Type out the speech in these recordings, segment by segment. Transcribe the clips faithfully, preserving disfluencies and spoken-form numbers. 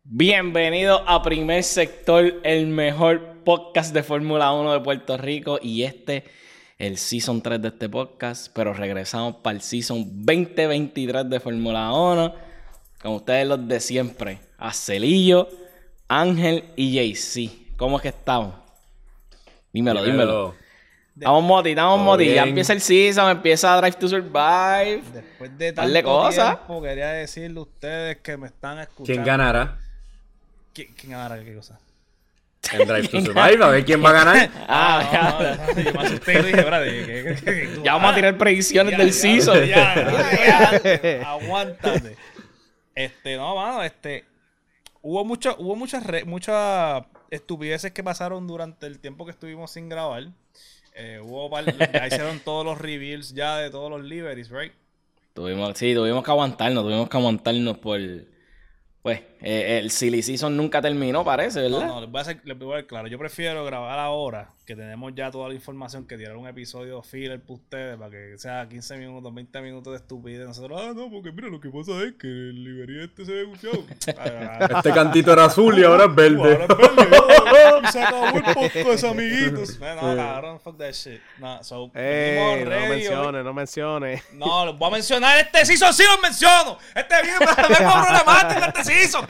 Bienvenido a Primer Sector, el mejor podcast de Fórmula uno de Puerto Rico. Y este, el Season tres de este podcast. Pero regresamos para el Season veinte veintitrés de Fórmula uno. Con ustedes los de siempre. Acelillo, Ángel y Jay-Z. ¿Cómo es que estamos? Dímelo, dímelo. dímelo. Estamos moti, estamos moti. Ya empieza el Season, empieza Drive to Survive. Después de tanto cosas. tiempo, quería decirle a ustedes que me están escuchando. ¿Quién ganará? ¿Quién, quién ganará qué cosa? En Drive to Survive, a ver quién va a ganar. Ah, no, no, no, no, yo me asusté y dije, espérate, que, que, que, que, ya vamos a tirar predicciones ya, del ya, Season. Ya, ya, ya, ya, aguántate. Este, no, mano, este... Hubo, mucho, hubo muchas, re, muchas estupideces que pasaron durante el tiempo que estuvimos sin grabar. Eh, hubo ya hicieron todos los reveals ya de todos los liveries, right? Tuvimos, sí, tuvimos que aguantarnos, tuvimos que aguantarnos por... Pues, eh, el Silly Season nunca terminó, parece, ¿verdad? No, no, les voy a hacer, les voy a dar claro. Yo prefiero grabar ahora, que tenemos ya toda la información, que tirar un episodio filler para ustedes, para que sea quince minutos, veinte minutos de estupidez. Nosotros, ah, no, porque mira, lo que pasa es que el librería este se ve gufiado. Este cantito era azul y ahora es verde. Ahora es verde. Oh, se acabó el podcast, amiguitos. No, no, cabrón, fuck that shit. No, so, Ey, no menciones, no menciones. No, los voy a mencionar. Este season sí los menciono. Este viene para ver problemático, este season.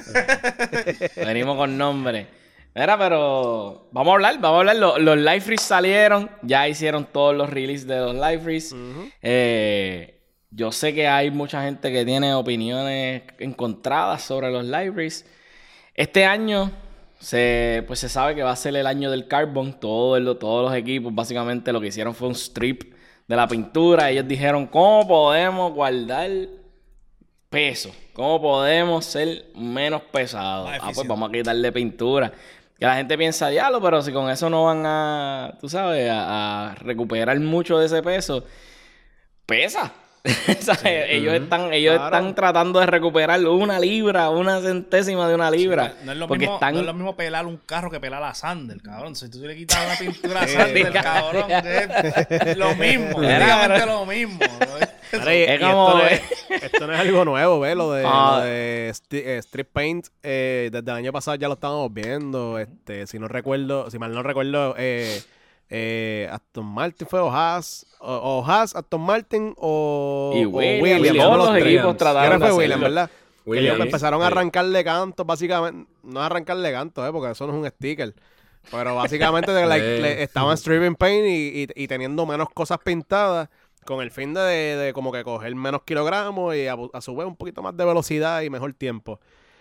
Venimos con nombre. Mira, pero vamos a hablar, vamos a hablar. Los, los Live Freeze salieron, ya hicieron todos los releases de los Live Freeze. Uh-huh. Eh, yo sé que hay mucha gente que tiene opiniones encontradas sobre los Live Freeze. Este año se, pues se sabe que va a ser el año del Carbon. Todo el, todos los equipos básicamente lo que hicieron fue un strip de la pintura. Ellos dijeron, ¿cómo podemos guardar peso? ¿Cómo podemos ser menos pesados? Ah, pues vamos a quitarle pintura. Que la gente piensa, diablo, pero si con eso no van a, tú sabes, a, a recuperar mucho de ese peso. Pesa. Sí, ellos uh-huh. están, ellos claro. están tratando de recuperar una libra, una centésima de una libra. Sí, no, es lo porque mismo, están... no es lo mismo pelar un carro que pelar a Sander, cabrón. Si tú le quitas una pintura a Sander, cabrón, es lo mismo. Prácticamente lo mismo. Ahora, y, es y como... esto, no es, esto no es algo nuevo, ¿ves? Lo de, ah. lo de st- eh, Strip Paint, eh, desde el año pasado ya lo estábamos viendo. Este, si no recuerdo, si mal no recuerdo, eh, eh, Aston Martin fue o Haas, o, o Haas, Aston Martin o, y o Williams. Williams. Todos los, los equipos trataron de fue hacerlo. Williams, ¿verdad? Williams, ellos empezaron a arrancarle cantos, básicamente. No arrancarle cantos, ¿eh? Porque eso no es un sticker. Pero básicamente de, like, le, estaban stripping paint y, y, y teniendo menos cosas pintadas, con el fin de, de, de como que coger menos kilogramos y a, a su vez un poquito más de velocidad y mejor tiempo.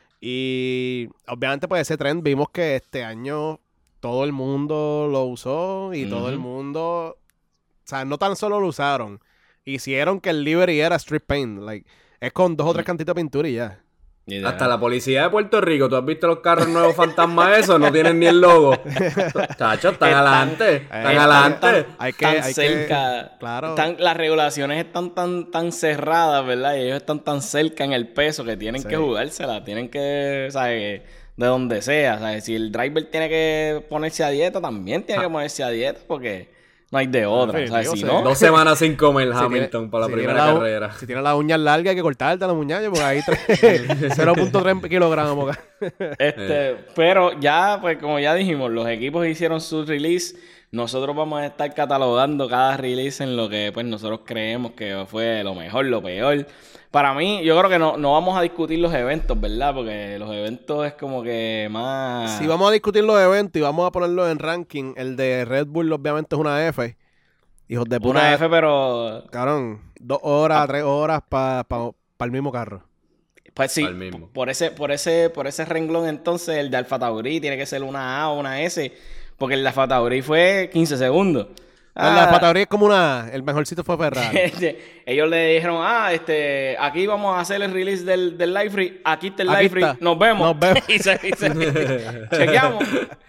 Y obviamente pues ese trend vimos que este año todo el mundo lo usó y uh-huh. todo el mundo, o sea, no tan solo lo usaron, hicieron que el livery era strip paint, like, es con dos o tres cantitos de pintura y ya. Hasta la policía de Puerto Rico, ¿tú has visto los carros nuevos fantasma esos? No tienen ni el logo. Chacho, están adelante, están adelante. Hay que, están hay cerca. Que, claro. Están, las regulaciones están tan, tan cerradas, ¿verdad? Y ellos están tan cerca en el peso que tienen sí. que jugársela. Tienen que, ¿sabes? De donde sea. ¿Sabes? Si el driver tiene que ponerse a dieta, también tiene ah. que ponerse a dieta porque... No hay de otra, no, ¿sabes? Si no... Dos semanas sin comer el si Hamilton tiene, para la si primera la, carrera. Si tiene las uñas largas hay que cortarte las muñachas porque ahí cero punto tres kilogramos. este, pero ya, pues como ya dijimos, los equipos hicieron su release. Nosotros vamos a estar catalogando cada release en lo que pues nosotros creemos que fue lo mejor, lo peor. Para mí, yo creo que no, no vamos a discutir los eventos, ¿verdad? Porque los eventos es como que más... Si vamos a discutir los eventos y vamos a ponerlos en ranking, el de Red Bull obviamente es una F. Hijos de puta. Una F, pero... Cabrón, dos horas, ah. tres horas para pa, pa el mismo carro. Pues sí, por ese, por ese, por ese renglón entonces el de Alfa Tauri tiene que ser una A o una S, porque el de Alfa Tauri fue quince segundos. Ah, el de Alfa Tauri es como una A, el mejorcito fue Ferrari. Ellos le dijeron, ah, este, aquí vamos a hacer el release del, del Live Free, aquí está el aquí Live Free, está. nos vemos. Nos vemos. y se, y se, chequeamos.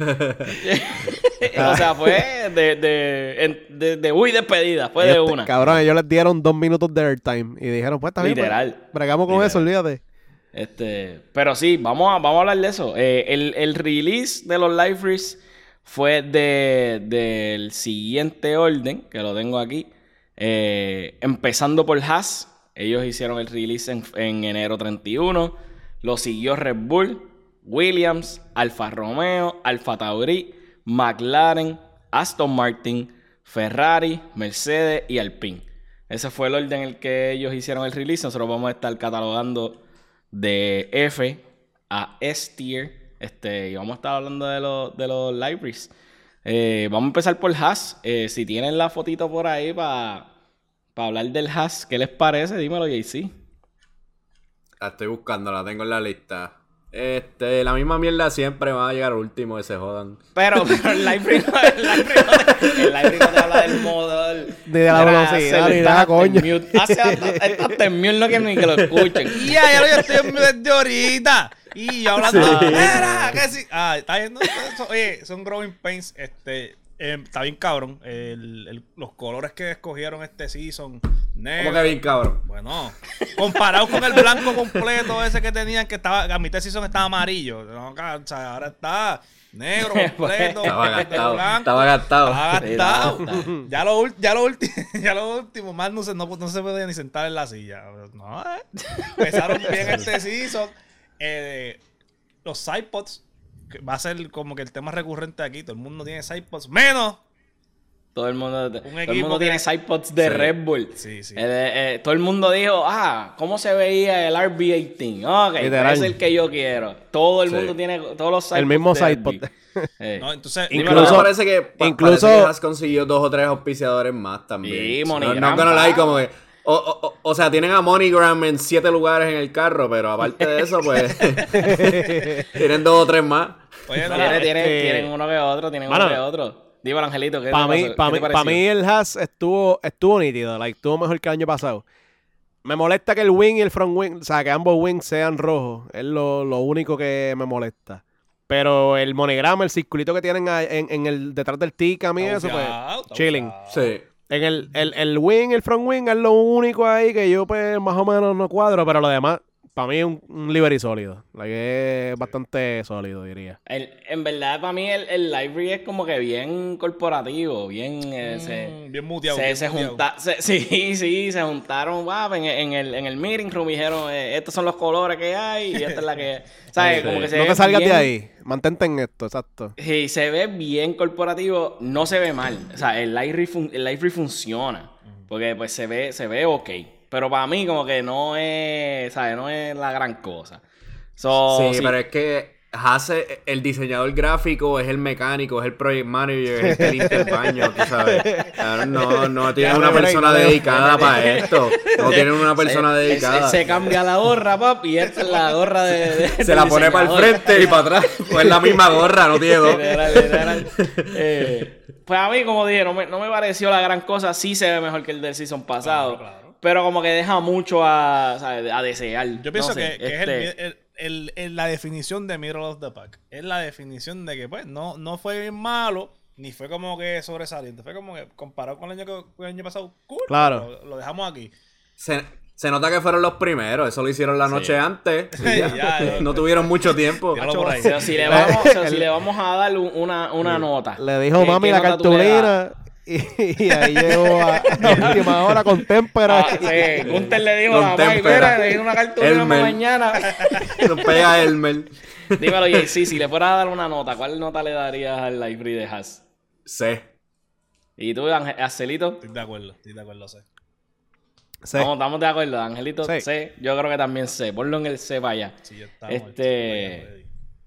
O sea, fue de, de, de, de uy, despedida, fue ellos de una. Te, cabrón, ellos les dieron dos minutos de airtime y dijeron, pues está bien. Literal. Pues, bregamos con Literal. eso, olvídate. Este, pero sí, vamos a, vamos a hablar de eso. Eh, el, el release de los Live Freeze fue de del siguiente orden, que lo tengo aquí. Eh, empezando por Haas. Ellos hicieron el release en, en enero treinta y uno. Lo siguió Red Bull. Williams, Alfa Romeo, Alfa Tauri, McLaren, Aston Martin, Ferrari, Mercedes y Alpine. Ese fue el orden en el que ellos hicieron el release. Nosotros vamos a estar catalogando de F a S tier. Este, y vamos a estar hablando de los, de los libraries. Eh, vamos a empezar por Haas. Eh, si tienen la fotito por ahí para pa hablar del Haas, ¿qué les parece? Dímelo, J C. La estoy buscando, la tengo en la lista. Este, la misma mierda siempre va a llegar último que se jodan. Pero, pero el library no, el library no te, el library no te habla del modo. Ni de la velocidad, ni nada, coño. Hace hasta en mute no quieren ni que lo escuchen. Y ya, ya lo yo estoy en mute desde ahorita. Y yo hablando, Sí. ¡era! ¿Qué sí? Ah, está viendo. Eso, oye, son growing pains. Este, eh, está bien cabrón. El, el, los colores que escogieron este season. Negro. ¿Cómo que bien, cabrón? Bueno, comparado con el blanco completo ese que tenían, que estaba, a mitad de season estaba amarillo. No, o sea, ahora está negro completo. Estaba gastado. blanco. Estaba gastado. Estaba Sí, gastado. estaba gastado. Ya lo, ul- ya, lo último, ya lo último, más no se, no, no se podía ni sentar en la silla. No, eh. Empezaron bien este season. Eh, los sidepods, que va a ser como que el tema recurrente aquí. Todo el mundo tiene sidepods, menos. Todo el mundo, todo el equipo mundo que- tiene sidepods de Sí. Red Bull. Sí, sí. Eh, eh, todo el mundo dijo, ah, ¿cómo se veía el R B dieciocho? Ok, pues Literal. ese es el que yo quiero. Todo el Sí. mundo tiene, todos los sidepods El mismo de R B. sidepod. Eh. No, entonces, Incluso- Incluso parece que, pa- incluso- parece que has conseguido dos o tres auspiciadores más también. Sí, no, MoneyGram, no gonna pa. lie, como que o, o, o- o sea, tienen a MoneyGram en siete lugares en el carro, pero aparte de eso, pues tienen dos o tres más. oye, no, Tiene- tiene- este- Tienen uno que otro, tienen Mano, uno que otro. Dímelo, Angelito, ¿qué Para te mí, pasó? para ¿Qué mí, te para pareció? mí el Haas estuvo, estuvo nítido, like, estuvo mejor que el año pasado. Me molesta que el wing y el front wing, o sea, que ambos wings sean rojos. Es lo, lo único que me molesta. Pero el monograma, el circulito que tienen ahí en, en el detrás del ticam y eso, pues, bufiado, está chilling. bufiado. Sí. En el, el, el wing, el front wing es lo único ahí que yo, pues, más o menos no cuadro, pero lo demás, para mí es un, un livery sólido. Like, es bastante sólido, diría. El- en verdad, para mí el, el library es como que bien corporativo, bien... eh, se- Mm, bien muteado. Se, bien se muteado. junta, se- sí, sí, se juntaron wow, en, en el, en el meeting room y dijeron, eh, estos son los colores que hay y esta es la que... ¿Sabes? Sí. Como que se No ve te salgas bien- de ahí. Mantente en esto, exacto. Sí, se ve bien corporativo, no se ve mal. O sea, el library, fun- el library funciona. Porque pues se ve, se ve ok. Pero para mí como que no es, ¿sabes? No es la gran cosa. So, sí, sí. pero es que hace el diseñador gráfico, es el mecánico, es el project manager, es el que limpia el baño, tú sabes. Cabrón, no, no tienen Ya, una no, no, persona no, no. dedicada para esto. No tienen una persona Se- dedicada. Se, se cambia la gorra, papi, y esta es la gorra de... de- Se del la pone para el diseñador. frente y para atrás. Pues es la misma gorra, no tiene dos. Literal, literal. Eh, pues a mí, como dije, no me, no me pareció la gran cosa. Sí se ve mejor que el del season pasado. Claro, claro. Pero como que deja mucho a, ¿sabes? a desear. Yo pienso No sé, que, que este, es el, el- el- el- la definición de middle of the pack. Es la definición de que, pues, no, no fue bien malo, ni fue como que sobresaliente. Fue como que, comparado con el año, que, con el año pasado, cool. Claro. Lo, lo dejamos aquí. Se, se nota que fueron los primeros. Eso lo hicieron la noche antes. y ya. Ya, ya. No tuvieron mucho tiempo. Tíralo por ahí. o sea, si, le vamos, o sea, si le vamos a dar un- una, una nota. Le dijo ¿qué- mami qué la nota tú le das? cartulina y, y ahí llegó a, a última hora con témpera. Ah, sí, Gunther le dijo Con a Mike, témpera. mira, le di una cartulina para Elmer. mañana. Lo pega Elmer. Dímelo, Jay, sí, si le fueras a dar una nota, ¿cuál nota le darías al library de Haas? Sí. ¿Y tú, Ángel- Angelito? Estoy de acuerdo, estoy de acuerdo, sé. Sí. Vamos, estamos de acuerdo, Angelito. Sí. C, yo creo que también C. Ponlo en el C para allá. Sí, ya estamos. Este- ready.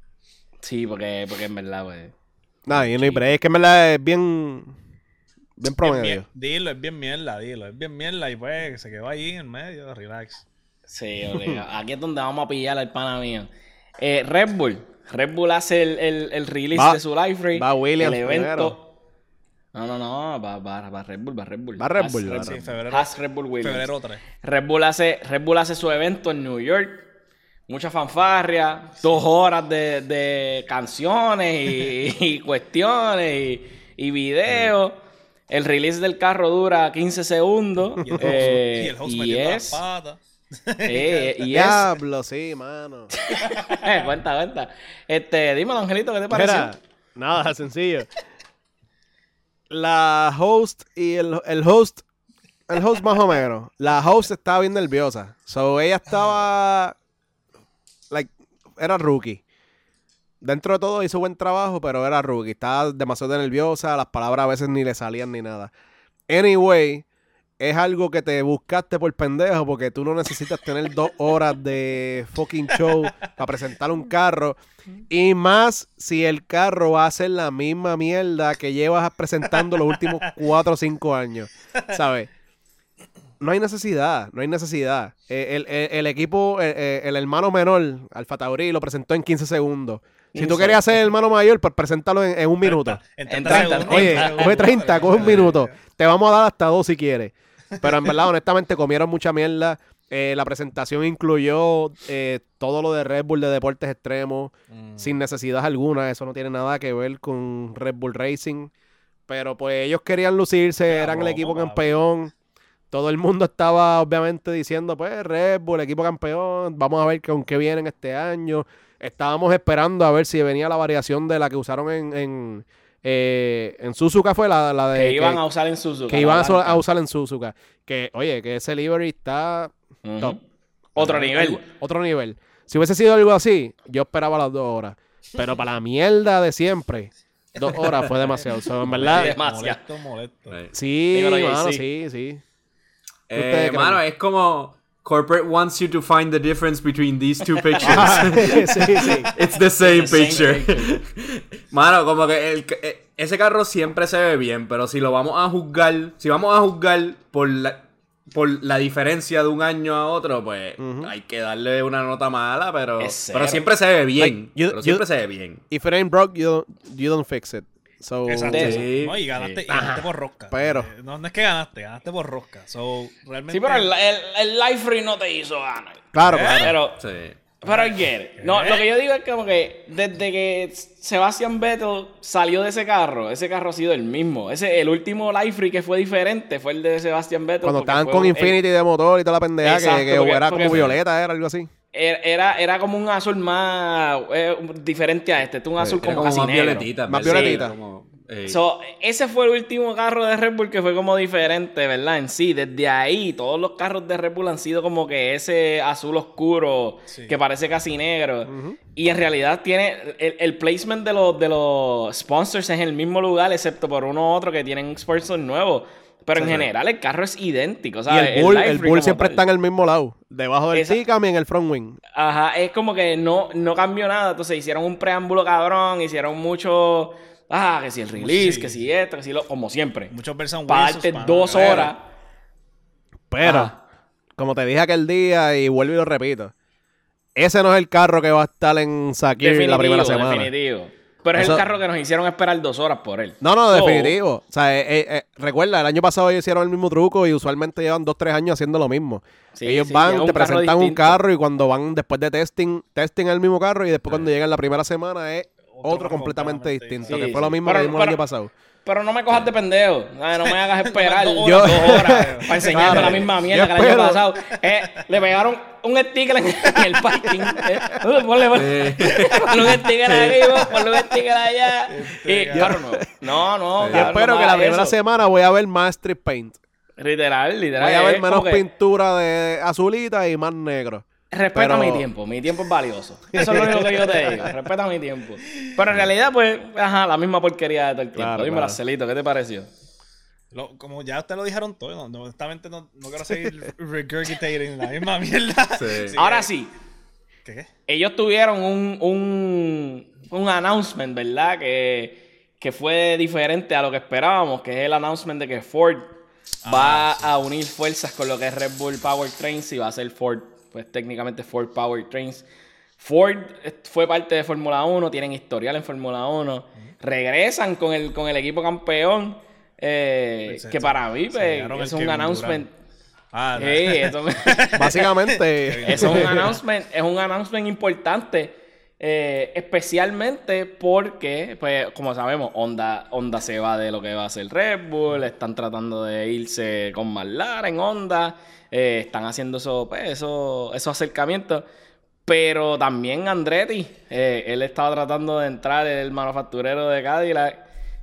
Sí, porque, porque en verdad, pues. Nada, y no hay break. Es que en verdad es bien, bien Bien, promedio. bien, dilo, es bien mierda, dilo. Es bien mierda y pues se quedó ahí en medio, relax. Sí, obligado. Aquí es donde vamos a pillar al pana mío. Eh, Red Bull. Red Bull hace el, el, el release Va- de su library. va Williams el evento. primero. No, no, no. Va, va, va Red Bull, va Red Bull. Va Red Haas Bull, va Red Sí, Bull. en febrero. Haas Red Bull Williams. Febrero tres. Red Bull hace, Red Bull hace su evento en New York. Mucha fanfarria, dos horas de, de canciones y, y cuestiones y, y videos. El release del carro dura quince segundos. Y el host, eh, y el host y metiendo es, las patas. eh, y es Diablo, sí, mano. cuenta, cuenta. Este, dímelo, Angelito, ¿qué te pareció? Mira, nada, sencillo. La host y el, el host, el host más o menos. La host estaba bien nerviosa. So ella estaba, like, era rookie. dentro de todo hizo buen trabajo, pero era rookie. Estaba demasiado nerviosa, las palabras a veces ni le salían ni nada. Anyway, es algo que te buscaste por pendejo porque tú no necesitas tener dos horas de fucking show para presentar un carro. Y más si el carro va a ser la misma mierda que llevas presentando los últimos cuatro o cinco años. ¿Sabes? No hay necesidad, no hay necesidad. Eh, el, el, el equipo, el, el hermano menor, Alfa Tauri, lo presentó en quince segundos. Si tú querías ser el hermano mayor, pues preséntalo en, en un minuto. En En treinta treinta, segundos. Oye, treinta coge treinta, segundos. coge un minuto. Te vamos a dar hasta dos si quieres. Pero en verdad, honestamente, comieron mucha mierda. Eh, la presentación incluyó eh, todo lo de Red Bull de deportes extremos, Mm. sin necesidad alguna. Eso no tiene nada que ver con Red Bull Racing. Pero pues ellos querían lucirse, Era eran el rojo, equipo papi. campeón. Todo el mundo estaba obviamente diciendo, pues Red Bull, equipo campeón, vamos a ver con qué vienen este año. Estábamos esperando a ver si venía la variación de la que usaron en, en, eh, en Suzuka, fue la, la de... Que iban a usar en Suzuka. que iban a, la su- blanca. a usar en Suzuka. Que, oye, que ese livery está Ujú. top. Otro Algo- nivel. Otro nivel. Si hubiese sido algo así, yo esperaba las dos horas. Pero para la mierda de siempre, dos horas fue demasiado. So, en verdad, Sí. Demasiado. Molesto, molesto. Sí. sí, Dímelo, Jay, mano, sí. sí, sí. Eh, ¿Ustedes creen? mano, es como corporate wants you to find the difference between these two pictures. Ajá, sí, sí. It's the same The same picture. picture. Mano, como que el, eh, ese carro siempre se ve bien, pero si lo vamos a juzgar, si vamos a juzgar por la, por la diferencia de un año a otro, pues Ujú. hay que darle una nota mala, pero, Es cero. pero siempre se ve bien. Like, you- pero you- siempre se ve bien. If it ain't broke, you don't, you don't fix it. So, Exacto. De- Sí. No, y ganaste, y Sí. ganaste Ajá. por rosca. Pero- Eh, No, no es que ganaste, ganaste por rosca. So, realmente. Sí, pero el, el, el Life Free no te hizo ganar. claro, ¿Eh? claro. Pero, Sí. pero I get it. No, lo que yo digo es como que desde que Sebastian Vettel salió de ese carro, ese carro ha sido el mismo. Ese, el último Life Free que fue diferente fue el de Sebastian Vettel. Cuando porque estaban fue con un- Infinity de motor y toda la pendeja, Exacto, que, que porque- era porque como fue- violeta, era algo así. Era, era, era como un azul más eh, diferente a este. Este es un azul Era como, casi más negro. violetita. Más ¿verdad? violetita. Como, eh, So, ese fue el último carro de Red Bull que fue como diferente, ¿verdad? En sí, desde ahí, todos los carros de Red Bull han sido como que ese azul oscuro Sí. que parece casi negro. Y en realidad tiene el, el placement de los, de los sponsors es en el mismo lugar, excepto por uno u otro que tienen sponsors nuevos. Pero en general el carro es idéntico, Y ¿sabes? el Bull, Life el Free Bull como siempre tal. está en el mismo lado. Debajo del Esa- T-Cam y en el front wing. Ajá, es como que no, no cambió nada. Entonces hicieron un preámbulo cabrón, hicieron mucho. Ah, que si el release, Sí. que si esto, que si lo. Como siempre. Muchos versan Para Wilson, darte para dos nada. horas. Pero, Ajá. como te dije aquel día, y vuelvo y lo repito, ese no es el carro que va a estar en Sakir Definitivo, la primera semana. definitivo. Pero es Eso- el carro que nos hicieron esperar dos horas por él. No, no, So, definitivo. O sea, eh, eh, eh, recuerda, el año pasado ellos hicieron el mismo truco y usualmente llevan dos, tres años haciendo lo mismo. Sí, ellos sí, van, llega un te carro presentan un distinto. carro y cuando van después de testing, testing el mismo carro y después cuando llegan la primera semana es Otro otro, carro completamente completamente distinto. Sí, que fue sí. lo mismo Pero- que vimos el pero- año pasado. Pero no me cojas de pendejo. Ay, no me hagas esperar Dos dos horas, horas, dos horas. para enseñarme Claro. la misma mierda Yo que el año espero. pasado. Eh, le pegaron un sticker en, en el parking. Eh, ponle, ponle, ponle un sticker aquí, ponle un sticker allá. Y carro nuevo. No, no. Yo cabrón, espero no que la hagas primera eso. semana voy a ver más strip paint. Literal, literal. Voy a ver es menos como que pintura de azulita y más negro. Respeta pero- mi tiempo, mi tiempo es valioso. Eso es lo único que yo te digo. Respeta mi tiempo. Pero en realidad, pues, ajá, la misma porquería de todo el tiempo. Claro, Dímelo, claro. Celito, ¿qué te pareció? Lo- como ya ustedes lo dijeron todo, no, no, honestamente no, no quiero seguir regurgitating la misma mierda. Sí. Sí, Ahora eh, sí, ¿Qué? qué? ellos tuvieron un, un, un announcement, ¿verdad? Que, que fue diferente a lo que esperábamos, que es el announcement de que Ford va a unir fuerzas con lo que es Red Bull Powertrains y va a ser Ford, pues técnicamente Ford Powertrains. Ford eh, fue parte de Fórmula uno, tienen historial en Fórmula uno, regresan con el, con el equipo campeón, eh, Pues, que se- para mí se pues, llegaron el es un Kevin announcement. Ah, no. Sí, eso- Básicamente. eso es un announcement, es un announcement importante, eh, especialmente porque, pues, como sabemos, Honda, Honda se va de lo que va a ser Red Bull, están tratando de irse con McLaren, Honda, eh, están haciendo eso, pues, eso, esos acercamientos. Pero también Andretti, eh, él estaba tratando de entrar en el manufacturero de Cadillac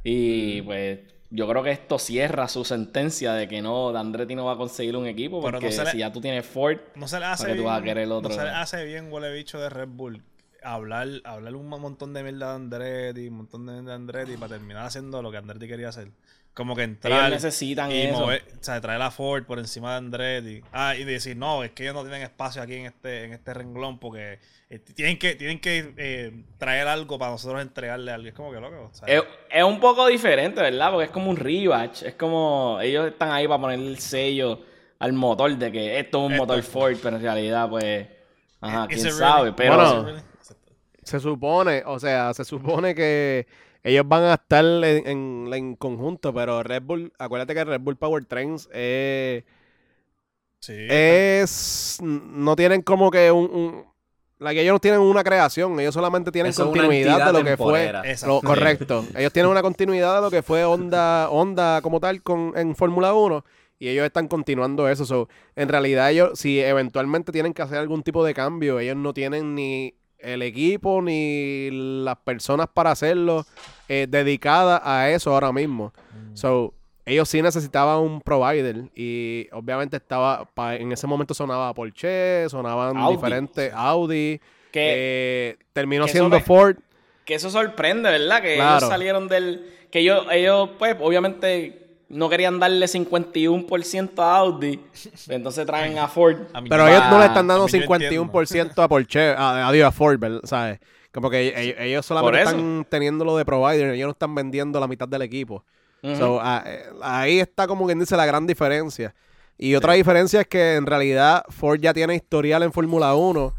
y pues yo creo que esto cierra su sentencia de que no, Andretti no va a conseguir un equipo Pero porque no se le- si ya tú tienes Ford, No se le hace ¿para qué tú bien, vas a querer el otro? no se le hace bien huele bicho de Red Bull hablar, hablar un montón de mierda de Andretti, un montón de mierda de Andretti para terminar haciendo lo que Andretti quería hacer. Como que entrar ellos necesitan y eso. mover, o sea, traer a Ford por encima de Andretti. Ah, y decir, no, es que ellos no tienen espacio aquí en este, en este renglón porque eh, tienen que, tienen que eh, traer algo para nosotros entregarle algo. Es como que loco. O sea, Es, es un poco diferente, ¿verdad? Porque es como un rebatch. Es como ellos están ahí para poner el sello al motor de que esto es un Esto motor es- Ford, pero en realidad, pues, ajá, Is quién it sabe. really? Pero Bueno, Is it really? Se supone, o sea, se supone que ellos van a estar en, en, en conjunto, pero Red Bull, acuérdate que Red Bull Powertrains eh, Sí. es, no tienen como que un, un like, ellos no tienen una creación, ellos solamente tienen Eso es una continuidad entidad de lo que fue. temporera. Exacto. Lo, correcto. Ellos tienen una continuidad de lo que fue Honda, Honda como tal con, en Fórmula uno y ellos están continuando eso. So, en realidad ellos, si eventualmente tienen que hacer algún tipo de cambio, ellos no tienen ni el equipo ni las personas para hacerlo eh, dedicadas a eso ahora mismo. Mm. So, ellos sí necesitaban un provider y obviamente estaba, pa- en ese momento sonaba Porsche, sonaban Audi. diferentes Audi, que, eh, terminó que eso siendo me- Ford. que eso sorprende, ¿verdad? Que Claro. ellos salieron del... Que ellos, ellos, pues, obviamente no querían darle cincuenta y uno por ciento a Audi. Entonces traen a Ford. A mí Pero yo- ellos no le Ah, están dando a mí yo cincuenta y uno por ciento a Porsche, a, a, digo, a Ford, ¿verdad? ¿Sabes? Como que ellos, ellos solamente Por eso. están teniendo lo de provider, ellos no están vendiendo la mitad del equipo. Ujú. So, a- eh, ahí está como quien dice la gran diferencia. Y otra diferencia es que en realidad Ford ya tiene historial en Fórmula uno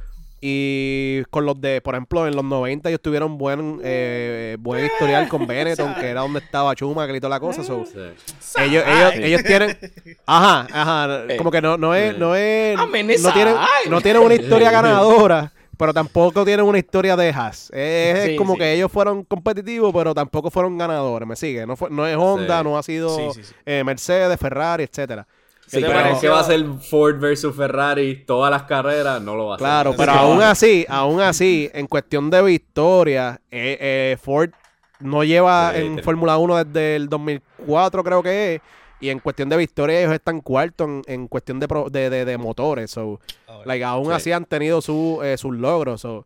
y con los de, por ejemplo, en los noventa ellos tuvieron buen eh, buen historial con Benetton, que era donde estaba Schumacher y toda la cosa. So, Sí. ellos, ellos, ellos tienen, ajá, ajá, como que no, no es, no es, I mean, it's no tienen, alright. no tienen una historia ganadora, pero tampoco tienen una historia de Haas. Es Sí, como sí. que ellos fueron competitivos, pero tampoco fueron ganadores, ¿me sigue? No fue, no es Honda, Sí. no ha sido Sí, sí, sí. eh, Mercedes, Ferrari, etcétera. Sí, te pero es pareció? que va a ser Ford versus Ferrari todas las carreras, no lo va a hacer. Claro, pero Sí. aún así, aún así, en cuestión de victoria, eh, eh, Ford no lleva Sí, en te- Fórmula uno desde el dos mil cuatro, creo que es. Y en cuestión de victoria, ellos están cuarto en, en cuestión de, pro- de, de, de motores. So, Ahora, like, aún Sí. así han tenido su, eh, sus logros. So.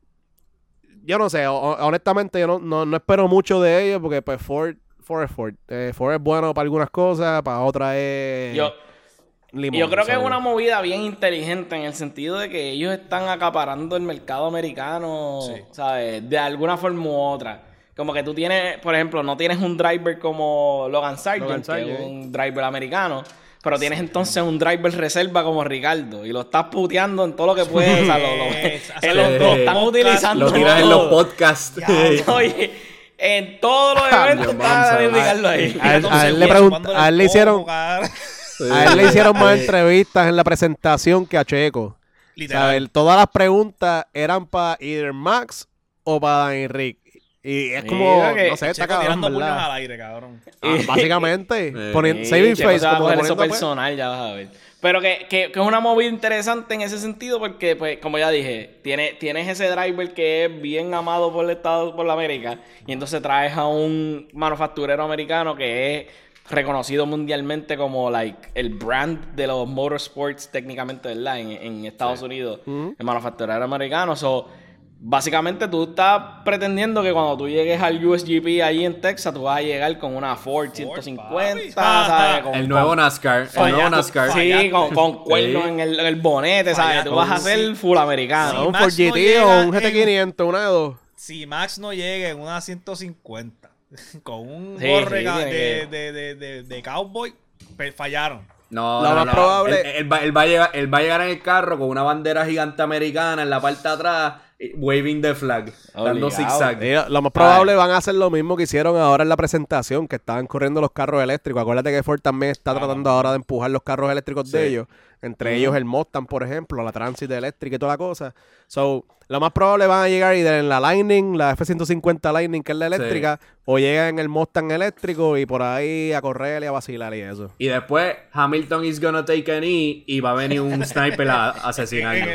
Yo no sé, o- o- honestamente, yo no, no, no espero mucho de ellos porque, pues, Ford, Ford es Ford. Eh, Ford es bueno para algunas cosas, para otras es. Yo, limón. yo creo que es So, una movida bien inteligente en el sentido de que ellos están acaparando el mercado americano, Sí. ¿sabes? De alguna forma u otra. Como que tú tienes, por ejemplo, no tienes un driver como Logan Sargent, Logan que Sargent. es un driver americano, pero tienes entonces un driver reserva como Ricardo y lo estás puteando en todo lo que puedes. O sea, lo, lo- Es- él lo, lo están Sí. utilizando. Lo tiras en los todo. podcasts. Oye, en todos los Dios, eventos está mansa. Ricardo ahí. A él- Entonces, a él le oye, pregun- chupándole a él el le hicieron- coco, cara. A él le hicieron más Sí. entrevistas en la presentación que a Checo. Literal. ¿Sabes? Todas las preguntas eran para either Max o para Dani Rick. Y es como, Mira que no sé, está Checo cabrón, tirando puños ¿verdad? al aire, cabrón. Ah, básicamente, Eh, poniendo, Sí, saving Checo face, se va a como coger eso poniendo pe- personal, ya vas a ver. Pero que, que, que es una movida interesante en ese sentido porque, pues, como ya dije, tiene, tienes ese driver que es bien amado por el Estado, por la América, y entonces traes a un manufacturero americano que es reconocido mundialmente como, like, el brand de los motorsports técnicamente, ¿verdad? En, en Estados Unidos, el manufacturero americano. So, básicamente tú estás pretendiendo que cuando tú llegues al U S G P allí en Texas, tú vas a llegar con una Ford ciento cincuenta, papi. ¿sabes? Con- El nuevo con- NASCAR. El Falla- nuevo NASCAR. Sí, Fallaste. con, con cuernos Sí. en, el, en el bonete, ¿sabes? Fallaste. Tú vas a ser full Ah, americano. Sí. un Max Ford G no T llega o un en- G T quinientos, una de dos. Si Max no llega en una ciento cincuenta con un Sí, borre sí, ca- tiene de, que- de, de, de, de cowboy, pe- fallaron. No, Lo no, más no. probable- Él, él va, él va a llegar, él va a llegar en el carro con una bandera gigante americana en la parte de atrás, eh, waving the flag, dando Obligado. zigzag. Mira, lo más probable van a hacer lo mismo que hicieron ahora en la presentación, que estaban corriendo los carros eléctricos. Acuérdate que Ford también está tratando ahora de empujar los carros eléctricos de Sí. ellos. Entre ellos el Mustang, por ejemplo, la Transit eléctrica y toda la cosa. So, lo más probable van a llegar y en la Lightning, la F ciento cincuenta Lightning, que es la eléctrica, o llegan en el Mustang eléctrico y por ahí a correr y a vacilar y eso. Y después Hamilton is gonna take a knee y va a venir un sniper a asesinarlo.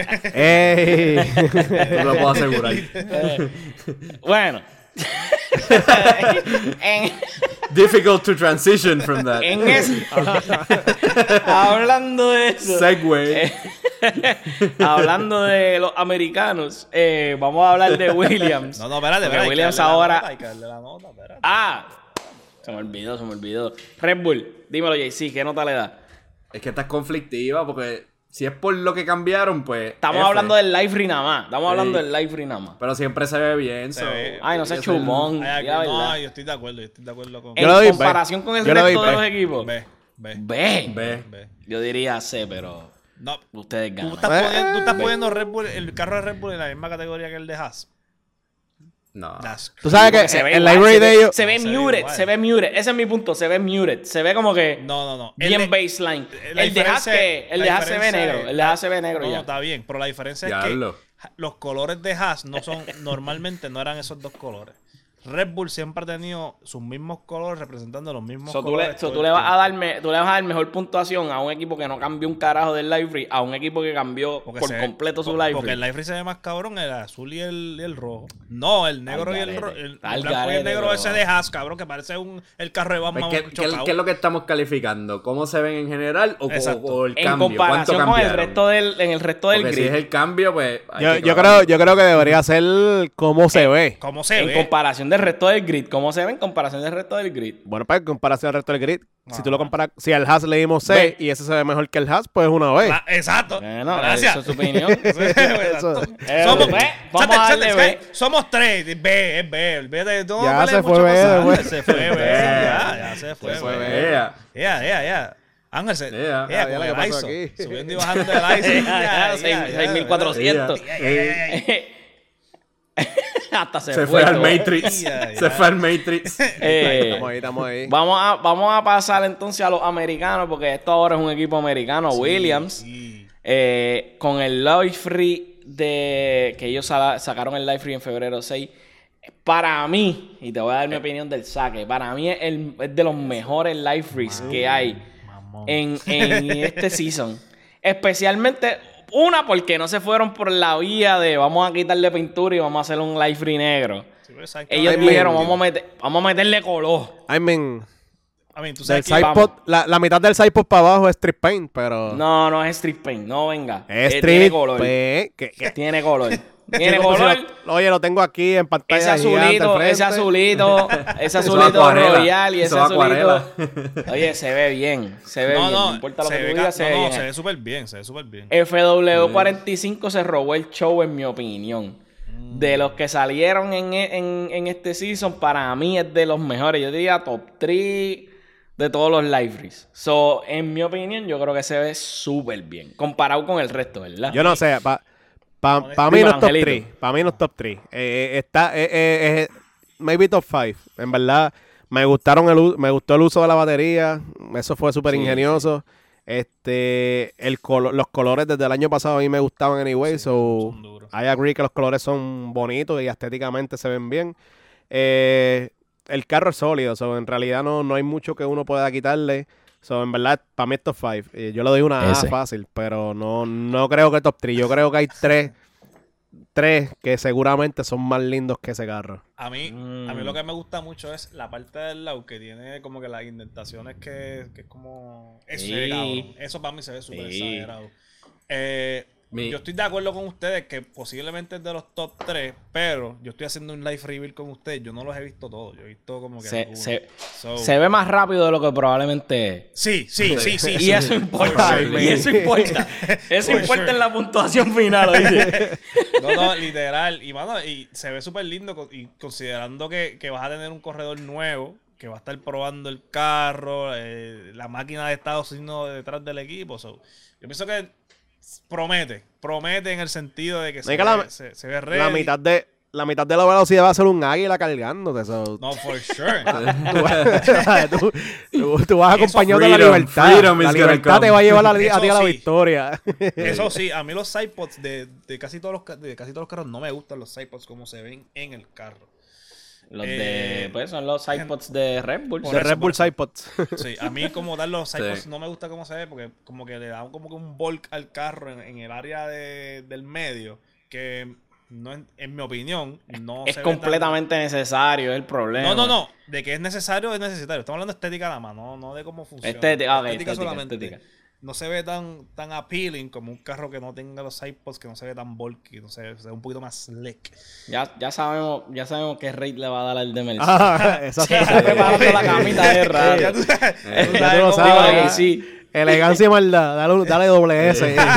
¡Ey! Yo lo puedo asegurar. Bueno. en, Difficult to transition from that. en eso. Hablando de eso. Segway. Eh, hablando de los americanos, eh, vamos a hablar de Williams. No, no, espérate, Porque espérate. Williams hay que darle la ahora... nota, hay que darle la nota, espérate. Ah, se me olvidó, se me olvidó. Red Bull, dímelo, J C, ¿qué nota le da? Es que esta es conflictiva porque si es por lo que cambiaron, pues. Estamos F. hablando del live free nada más. Estamos Sí. hablando del live free nada más. Pero siempre se ve bien. Se so, ve. Ay, no sé, debería ser- chumón. Ay, Ya, aquí- no, ¿verdad? yo estoy de acuerdo, yo estoy de acuerdo con... Yo le doy En B. comparación con el Yo le doy resto de B. los equipos. Ve, ve, B. Ve. ve. Yo diría C, pero No, ustedes tú ganan. estás, Eh, poniendo, tú estás ve. poniendo Red Bull, el carro de Red Bull en la misma categoría que el de Haas. No. That's Tú sabes Porque que se ve el igual, library se ve- de ellos... Se ve No, se ve muted, igual. se ve muted. Ese es mi punto, se ve muted. Se ve como que No, no, no. bien El- baseline. la El de Haas diferencia- que, el la de Haas se ve diferencia negro. es- El de Haas se ve negro No, no, ya. está bien, pero la diferencia es Diablo. que los colores de Haas no son, normalmente no eran esos dos colores. Red Bull siempre ha tenido sus mismos colores representando los mismos So, tú colores. le, so, todo tú el le vas a tiempo. darme, tú le vas a dar mejor puntuación a un equipo que no cambió un carajo del library a un equipo que cambió Porque por se- completo su po- library. Porque el livery se ve más cabrón, el azul y el, y el rojo. No, el negro Al y el, garete. ro- el, Al el blanco y garete, el negro pero- ese de Haas, cabrón, que parece un, el carro de Pues, Batman ¿qué, qué- chocado. qué es lo que estamos calificando? ¿Cómo se ven en general o, Exacto. o el en cambio? comparación ¿Cuánto con el cambiaron? resto del, en el resto del Porque grid. si es el cambio, pues. hay Yo, que yo, clavarlo. creo, yo creo que debería ser cómo se ve. ¿Cómo se En ve? comparación del resto del grid. ¿Cómo se ve en comparación del resto del grid? Bueno, pues en comparación al resto del grid, si tú lo Ajá. comparas, si al Haas le dimos C Ve. y ese se ve mejor que el Haas, pues es una B. Ah, exacto. Bueno, Gracias. eso es su opinión. Exacto. Eh, Somos, ve, vamos Sate, a sate, darle sate, B. Somos tres. B, es B. Olvídate, no Ya pelees se mucho fue con B, Sate. güey. Se fue B. Ya, ya se fue Se fue B. B. Ya, ya, ya. Ángel, se. Ya. Ya, Ah, ya, con ¿qué el pasó I S O. aquí? Subiendo y bajando del I S O. Ya, ya, seis- seis mil cuatrocientos. Ya, ya, ya, ya, ya. Hasta se, Se fue al todo. Matrix. Ya, ya. Se fue al Matrix. Eh, Estamos ahí, estamos ahí. vamos, a, vamos a pasar entonces a los americanos, porque esto ahora es un equipo americano. Williams, Sí. eh, con el live free de que ellos sa- sacaron el live free en febrero seis. Para mí, y te voy a dar mi opinión del saque, para mí es, el, es de los mejores live frees que hay Mamón. en, en este season. Especialmente, una, porque no se fueron por la vía de vamos a quitarle pintura y vamos a hacer un live free negro. Sí, pero sabes que- Ellos Ay, mi- dijeron, vamos a, meter, vamos a meterle color. I mean, I mean, tú del sabes que... vamos. sidepod, la, la mitad del sidepod para abajo es strip paint, pero... No, no es street paint, no venga. es Eh, strip tiene color. paint. que- que- Tiene color. Tiene como si color. lo- oye, lo tengo aquí en pantalla Ese gigante al azulito, frente. ese azulito, ese Eso azulito acuarela, royal y ese eso azulito. acuarela. Oye, se ve bien, se ve No, bien. No, no, importa lo se que ve tú ca- digas, se no, ve no, bien. se ve súper bien, se ve súper bien. F W cuarenta y cinco se robó el show, en mi opinión. De los que salieron en, en, en este season, para mí es de los mejores. Yo diría top tres de todos los liveries. So, en mi opinión, yo creo que se ve súper bien. Comparado con el resto, ¿verdad? Yo no sé, para pa, Dime, pa mí no es top Angelito. tres. Para mí no es top tres. Eh, eh, está, eh, eh, eh, maybe top cinco. En verdad, me gustaron el, u- me gustó el uso de la batería. Eso fue súper Sí, ingenioso. Este, el colo- los colores desde el año pasado a mí me gustaban anyway. so, son duros. I agree que los colores son bonitos y estéticamente se ven bien. Eh, el carro es sólido. So, en realidad no, no hay mucho que uno pueda quitarle. So, en verdad, para mí es top cinco. Eh, yo le doy una Ese. A fácil, pero no, no creo que top tres. Yo creo que hay tres, tres que seguramente son más lindos que ese carro. A mí, Mm. a mí lo que me gusta mucho es la parte del lado que tiene como que las indentaciones que, que es como... Eso se ve Sí. cabrón. Eso para mí se ve súper Sí. exagerado. Eh, Mi- Yo estoy de acuerdo con ustedes que posiblemente es de los top tres, pero yo estoy haciendo un live reveal con ustedes. Yo no los he visto todos. Yo he visto como que... Se, algunos. se, So- se ve más rápido de lo que probablemente es. Sí, sí, sí, sí. Y sí. eso importa. For sure. Y eso importa. Eso For importa sure. en la puntuación final, ¿oíste? No, no, literal. Y, mano, y se ve súper lindo. co- Y considerando que, que vas a tener un corredor nuevo, que va a estar probando el carro, eh, la máquina de Estados Unidos detrás del equipo. So, yo pienso que promete. Promete en el sentido de que se, que la- ve, se, se ve ready. La mitad de la mitad de la velocidad va a ser un águila cargándote. so, No, for sure. tú, vas- tú- tú- tú vas Eso, acompañado de la freedom, libertad. freedom La is gonna libertad come. te va a llevar a, ti- a Eso ti a la sí. victoria. Eso sí, a mí los sidepods de, de casi todos los ca- de casi todos los carros no me gustan los sidepods como se ven en el carro. Los Eh, de, pues son los iPods de Red Bull. Por de eso, Red por Bull eso. Sidepods. Sí, a mí como dar los sidepods Sí. no me gusta cómo se ve porque como que le da como que un bulk al carro en, en el área de- del medio que no en, en mi opinión no Es se ve tan- completamente necesario, es el problema. No, no, no, de que es necesario es necesario. Estamos hablando de estética nada más, no, no de cómo funciona. Estética, ok, Estética estética, solamente. estética. no se ve tan, tan appealing como un carro que no tenga los sidepods, que no se ve tan bulky, no se, se ve un poquito más slick. Ya, ya sabemos, ya sabemos qué rate le va a dar al de Mercedes. Ah, exacto. Se está preparando la camita de raro. Ya tú sabes, Eh, tú ya sabes tú lo cómo sabes, va. Digo ¿eh? que sí. Elegancia y maldad. Dale, dale doble S. Es No,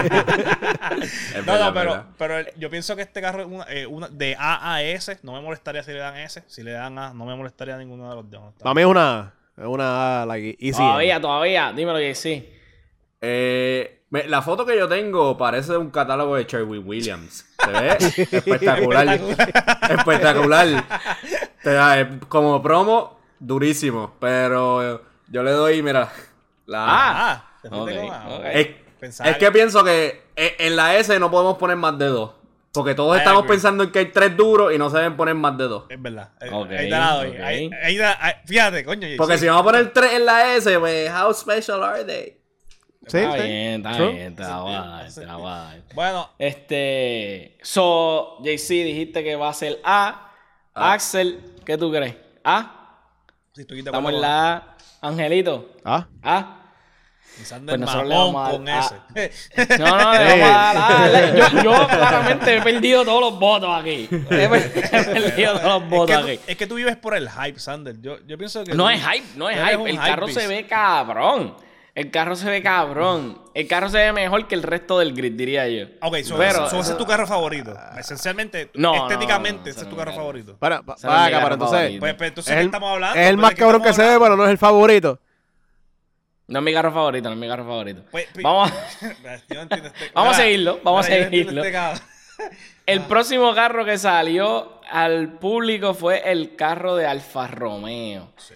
verdad, no, pero, verdad. pero el- yo pienso que este carro es una, eh, una- de A a S, no me molestaría si le dan S. Si le dan A, no me molestaría ninguno de los dos. Para mí es una... Es una... Like, easy. Todavía, todavía. Dímelo que sí. Eh, me- la foto que yo tengo parece de un catálogo de Sherwin Williams. Se ve espectacular. Espectacular. Te da, eh, como promo, durísimo. Pero yo le doy, mira, la... Ah, te Ok, fuiste con A. ok. es, Pensaba es que pienso que eh, en la S no podemos poner más de dos. Porque todos I estamos agree. pensando en que hay tres duros y no se deben poner más de dos. Es verdad. Eh, Ok, ahí te la doy. ok. Ahí, ahí da- ahí- fíjate, coño. Porque sí. si vamos a poner tres en la S, pues, how special are they? Sí, Está sí. bien, está True. bien. Te la voy a dar, te la voy a dar. Bueno, Este. So, J C, dijiste que va a ser A. Ah. Axel, ¿qué tú crees? ¿A? si estoy de Estamos acuerdo en la A. Angelito. Ah. ¿A? con Sander Pues nosotros le mamón vamos a con dar- ese. No, no, le vamos a dar A. Le- Yo, yo claramente he perdido todos los votos aquí. He, per- he perdido todos los votos es, que aquí. tú, es que tú vives por el hype, Sander. Yo, yo pienso que. No tú- es hype, no es tú eres hype. un El carro hypebeast. se ve cabrón. El carro se ve cabrón. El carro se ve mejor que el resto del grid, diría yo. Ok, so, Pero- so ese es tu carro favorito. Esencialmente, No, estéticamente, no, no, ese ese es tu no carro es. favorito. Para, pa- Ese no es mi para acá, carro pero entonces... favorito. Pues, pues entonces, Es ¿qué el, estamos hablando? es el Pues, más ¿de qué cabrón que estamos se ve, hablando? pero no es el favorito. No es mi carro favorito, no es mi carro favorito. Pues, pues- Vamos a... Yo no entiendo este- Vamos a Mira, seguirlo, vamos a mira, yo no entiendo seguirlo. este cabrón. El próximo carro que salió al público fue el carro de Alfa Romeo. Sí.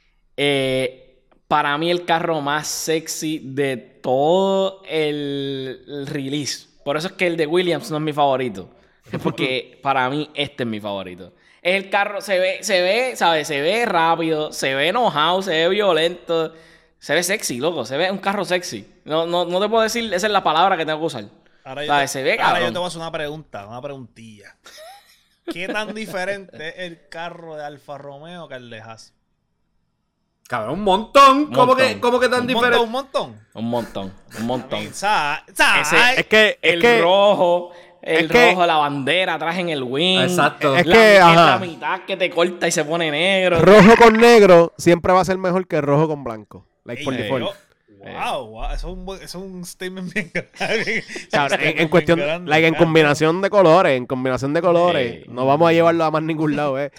Eh, para mí el carro más sexy de todo el, el release. Por eso es que el de Williams no es mi favorito. Porque para mí este es mi favorito. Es el carro, se ve, se ve, ¿sabes? Se ve rápido, se ve enojado, se ve violento. Se ve sexy, loco. Se ve un carro sexy. No, no, no te puedo decir, esa es la palabra que tengo que usar. Ahora yo, ¿Sabes? te, Se ve ahora yo cabrón. te voy a hacer una pregunta, una preguntilla. ¿Qué tan diferente es el carro de Alfa Romeo que el de Haas? Cabrón, un montón. ¿Cómo Montón. que, cómo que tan Un diferente? montón, un montón. Un montón, un montón. Sa- sa- Ese- Es que... Es El que rojo, el es que- rojo, la bandera atrás en el wing. Exacto. Es La, que, es ajá. la mitad que te corta y se pone negro. rojo con negro siempre va a ser mejor que rojo con blanco. Like por Ey, default. yo- wow, wow, eso es un, buen- eso es un statement bien grande. Cabrón, en, en Bien cuestión, grande, like, en cabrón. combinación de colores, en combinación de colores, Sí. no vamos a llevarlo a más ningún lado, eh.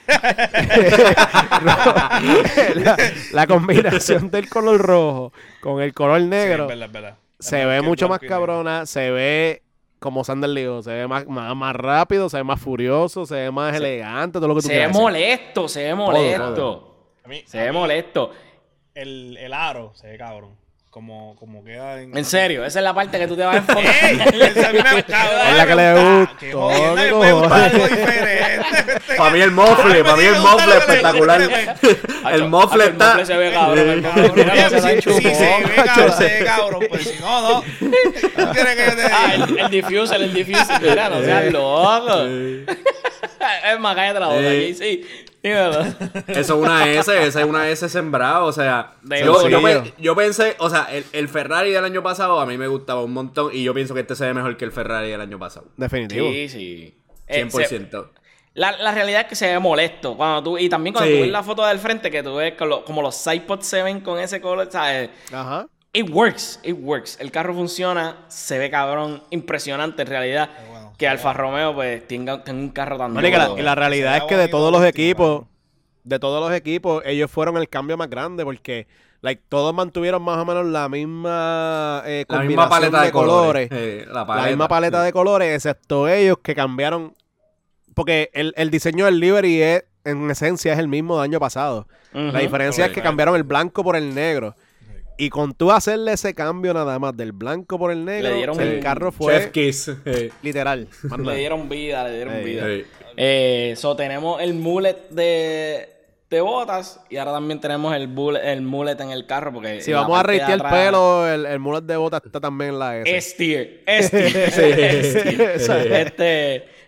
la, la combinación del color rojo con el color Sí, negro es verdad, es verdad. se Es ve que el mucho más blanco y negro. cabrona, se ve como Sander dijo, se ve más, más, más rápido, se ve más furioso, se ve más elegante, todo lo que tú Se ve quieras. molesto, se ve molesto. todo. A mí- Se a ve mí molesto. El, el aro se ve cabrón. Como, como queda en. En serio, esa es la parte que tú te vas a enfocar. ¡Ey! Esa a mí me- cabrón, Es la que me le gusta. gusta, Qué jodienda, qué me gusta cojones. algo diferente. Para mí el mofle, para mí el mofle espectacular. Hacho, El mofle hacho, el está... mofle se ve cabrón. El mofle, Cabrón, mira, no se la si, enchufó. si se ve cabrón, se ve cabrón. Pues si no, no. ¿Tú quieres que yo te Ah, diga? el, el diffuser, el diffuser. Mira, no seas loco. Es más, cállate la boca, Eh. J C. Dímelo. Eso es una S, esa es una S sembrada, o sea, De yo, yo, bolsillo. pe- yo pensé, o sea, el, el Ferrari del año pasado a mí me gustaba un montón y yo pienso que este se ve mejor que el Ferrari del año pasado, Definitivo. Sí, sí. Eh, cien por se- ciento. La, la realidad es que se ve molesto. Cuando tú, y también cuando Sí. tú ves la foto del frente, que tú ves con lo- como los sidepods se ven con ese color, ¿sabes? Ajá. It works, it works. El carro funciona, se ve cabrón, impresionante en realidad. Qué bueno. Que Alfa Romeo, pues, tenga, tenga un carro tan Marica, la- duro. y la realidad Se es vea que de bonito todos los último, equipos, cabrón. de todos los equipos, ellos fueron el cambio más grande porque like, todos mantuvieron más o menos la misma eh, La combinación misma paleta de, colores. colores. Eh, la, La paleta. misma paleta de colores, excepto ellos que cambiaron. Porque el, el diseño del livery es, en esencia es el mismo del año pasado. Ujú. La diferencia es que Correcto. cambiaron el blanco por el negro. Y con tú hacerle ese cambio nada más del blanco por el negro, Le dieron el un carro Chef fue Kiss. Eh, literal. más nada. Le dieron vida, le dieron Ey, vida. eh. Eh, so, tenemos el mullet de, de botas y ahora también tenemos el, bullet, el mullet en el carro. Porque Si en la vamos a parte de reitear el atrás- pelo, el, el mullet de bota está también en la S. Es tier, es tier, Sí. es tier. Sí. Este,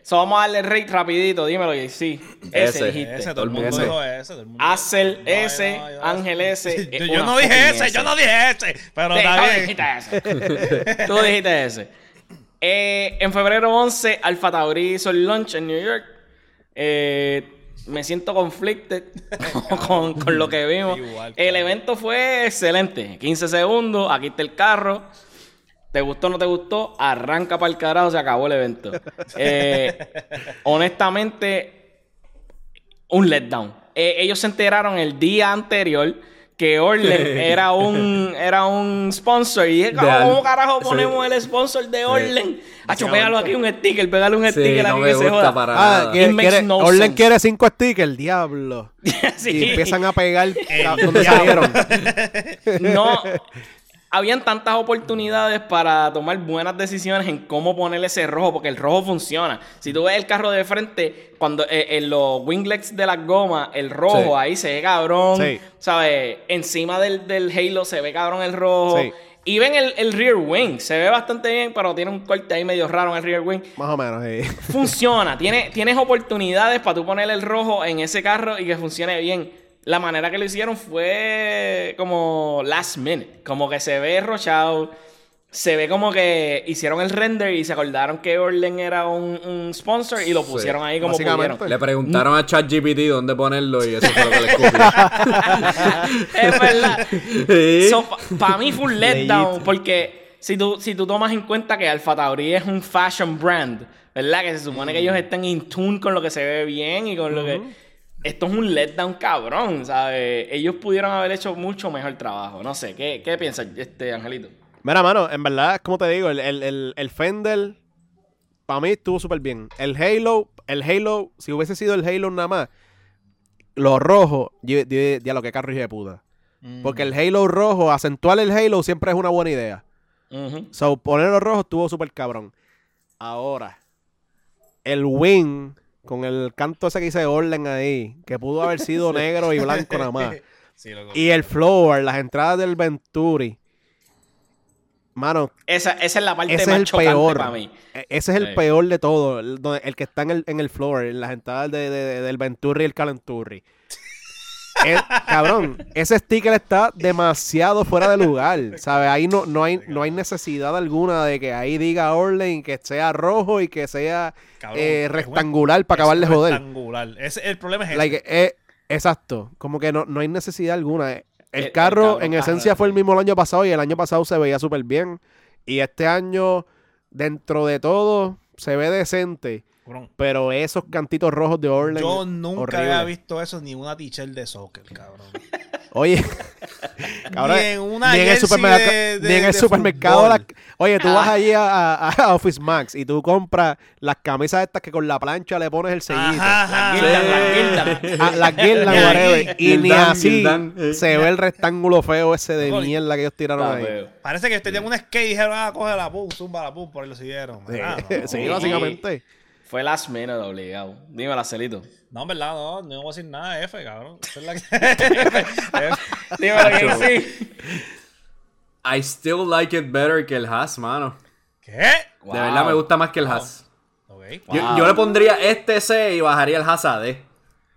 So, vamos a darle rate rapidito, dímelo, y sí. Ese, Ese, dijiste. Ese, todo el mundo Ese. dijo ese. Todo el mundo Axel No, S, no, yo- Ángel S. Yo, eh, yo una no dije fucking ese, S. yo no dije ese. Pero Sí, está tú bien. dijiste ese. Tú dijiste ese. Eh, en febrero once, Alpha Tauri hizo el launch en New York. Eh, me siento conflicted con, con lo que vimos. Igual, El claro. evento fue excelente. quince segundos, aquí está el carro. ¿Te gustó o no te gustó? Arranca para el carajo, se acabó el evento. Eh, honestamente, un letdown. Eh, ellos se enteraron el día anterior que Orlen era un era un sponsor. Y dije, ¿cómo, De cómo al- carajo sí. ponemos el sponsor de Orlen? Hacho, pégalo aquí un sticker, pégale un Sí, sticker no aquí me que se gusta joda. para Ah, nada. quiere, It makes quiere, no Orlen sense. quiere cinco stickers, diablo. Sí. Y empiezan a pegar Eh, donde salieron. No, habían tantas oportunidades para tomar buenas decisiones en cómo ponerle ese rojo, porque el rojo funciona. Si tú ves el carro de frente, cuando eh, en los winglets de las gomas, el rojo Sí. ahí se ve cabrón, Sí. ¿sabes? Encima del, del Halo se ve cabrón el rojo. Sí. Y ven el, el rear wing, se ve bastante bien, pero tiene un corte ahí medio raro en el rear wing. Más o menos, sí. Funciona, tiene, tienes oportunidades para tú poner el rojo en ese carro y que funcione bien. La manera que lo hicieron fue como last minute, como que se ve rochado, se ve como que hicieron el render y se acordaron que Orlen era un, un sponsor y lo pusieron ahí como Básicamente. pudieron. Le preguntaron a ChatGPT dónde ponerlo y eso fue lo que le escupió. Es verdad. Sí. Para mí fue un letdown Legit. porque si tú, si tú tomas en cuenta que Alpha Tauri es un fashion brand, ¿verdad? Que se supone que ellos están in tune con lo que se ve bien y con lo que... Esto es un letdown cabrón, ¿sabes? Ellos pudieron haber hecho mucho mejor trabajo. No sé, ¿qué, qué piensas, este Angelito? Mira, mano, en verdad, como te digo, el, el, el, el Fender, para mí estuvo súper bien. El Halo, el Halo, si hubiese sido el Halo nada más, los rojos, ya, ya, ya lo que carro hijo de puta. Porque el Halo rojo, acentuar el Halo siempre es una buena idea. Ujú. So, ponerlo rojo estuvo súper cabrón. Ahora, el wing, con el canto ese que dice Orlen ahí, que pudo haber sido negro y blanco nada más. Sí, loco. Y el floor, las entradas del Venturi. Mano, Esa, esa es la parte ese más es el chocante peor. para mí. E- Ese es el Sí. peor de todo. El, donde- el que está en el, en el floor, en las entradas de, de- de- del Venturi y el Calenturri. El- cabrón, ese sticker está demasiado fuera de lugar. ¿Sabes? Ahí no, no, hay, no hay necesidad alguna de que ahí diga Orlen, que sea rojo y que sea Cabrón, eh, es rectangular para es acabar de joder. Rectangular. Ese- el problema es ese. Like, eh, exacto. Como que no, no hay necesidad alguna. El, El- el carro, cabrón en carro esencia, de- fue el mismo el año pasado y el año pasado se veía súper bien. Y este año, dentro de todo, se ve decente. Cabrón, Pero esos cantitos rojos de Orlen. yo nunca horrible. había visto eso ni una t-shirt de soccer, cabrón. Oye, cabrón, Ni en una ni en el, jersey supermerca- de- de- ni en el de supermercado. fútbol. la- Oye, tú vas allí a, a- a Office Max y tú compras las camisas estas que con la plancha le pones el sellito. Ajá, ajá. Guildan, las guildan. A la Guildan, Ni whatever. aquí. Y ni Guildan, así Guildan, eh. se ve el rectángulo feo ese de Loco, mierda que ellos tiraron Está ahí. feo. Parece que ellos tenían un skate y dijeron, ah, coge la pum, zumba la pum, por ahí lo siguieron. Sí, Ah, no. sí, básicamente. Fue last minute obligado. Dímelo, Celito. No, en verdad, no, no voy a decir nada de F, cabrón. Esa es la que... Dímelo, que sí. I still like it better que el Haas, mano. ¿Qué? Wow. De verdad me gusta más que el Wow. Haas. Ok. Yo, Wow. yo le pondría este C y bajaría el Haas a D.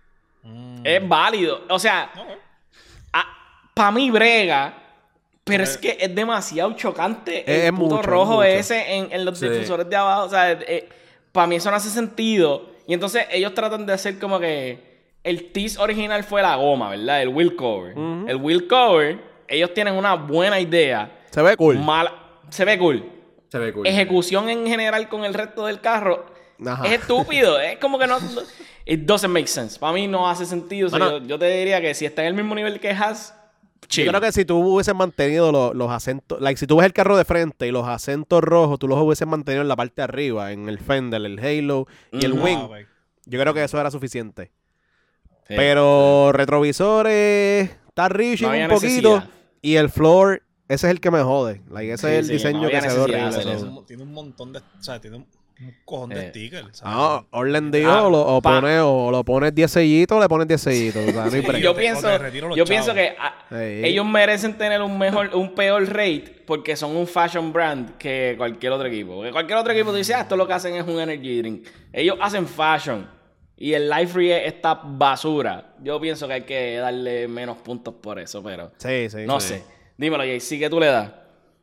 Es válido. O sea, Ok. para mí brega, pero es que es demasiado chocante Es- el es puto mucho, rojo es mucho. ese en, en los Sí. difusores de abajo. O sea, para mí eso no hace sentido. Y entonces ellos tratan de hacer como que el tease original fue la goma, ¿verdad? El wheel cover. El wheel cover, ellos tienen una buena idea. Se ve cool. Mala, se ve cool. Se ve cool. Ejecución en general con el resto del carro Ajá. es estúpido. Es como que no... no- It doesn't make sense. Para mí no hace sentido. O sea, Bueno. yo, yo te diría que si está en el mismo nivel que Haas, chill. Yo creo que si tú hubieses mantenido los, los acentos, like, si tú ves el carro de frente y los acentos rojos, tú los hubieses mantenido en la parte de arriba, en el fender, el halo y el Ujú. wing. Ah, ok. Yo creo que eso era suficiente. Sí. Pero retrovisores, está reaching No había un poquito. necesidad. Y el floor, ese es el que me jode. Like, ese Sí, es el sí, diseño no había que se ve necesidad de horrible. hacer so. eso. Tiene un montón de... O sea, tiene un Un cojón de Eh. stickers. ¿sabes? No, Orlen dijo, Ah, o, lo, o, pa- pone, o lo pones diez sellitos o le pones diez sellitos. O sea, no hay Sí, break. yo te- pienso, o te retiro los yo chavos. pienso que ah, Sí. ellos merecen tener un mejor, un peor rate porque son un fashion brand que cualquier otro equipo. Porque cualquier otro equipo dice, ah, esto lo que hacen es un energy drink. Ellos hacen fashion y el Life Free es esta basura. Yo pienso que hay que darle menos puntos por eso, pero Sí, sí. no sí. sé. Dímelo, Jay, ¿sí que tú le das?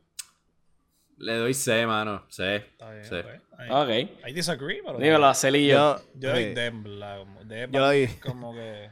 Le doy C, mano. C. Está bien, C. pues. I, Ok. I disagree, pero... Dímelo, a Celillo. Yo, Yo doy sí. D, en verdad. Como, D Yo le doy- como que...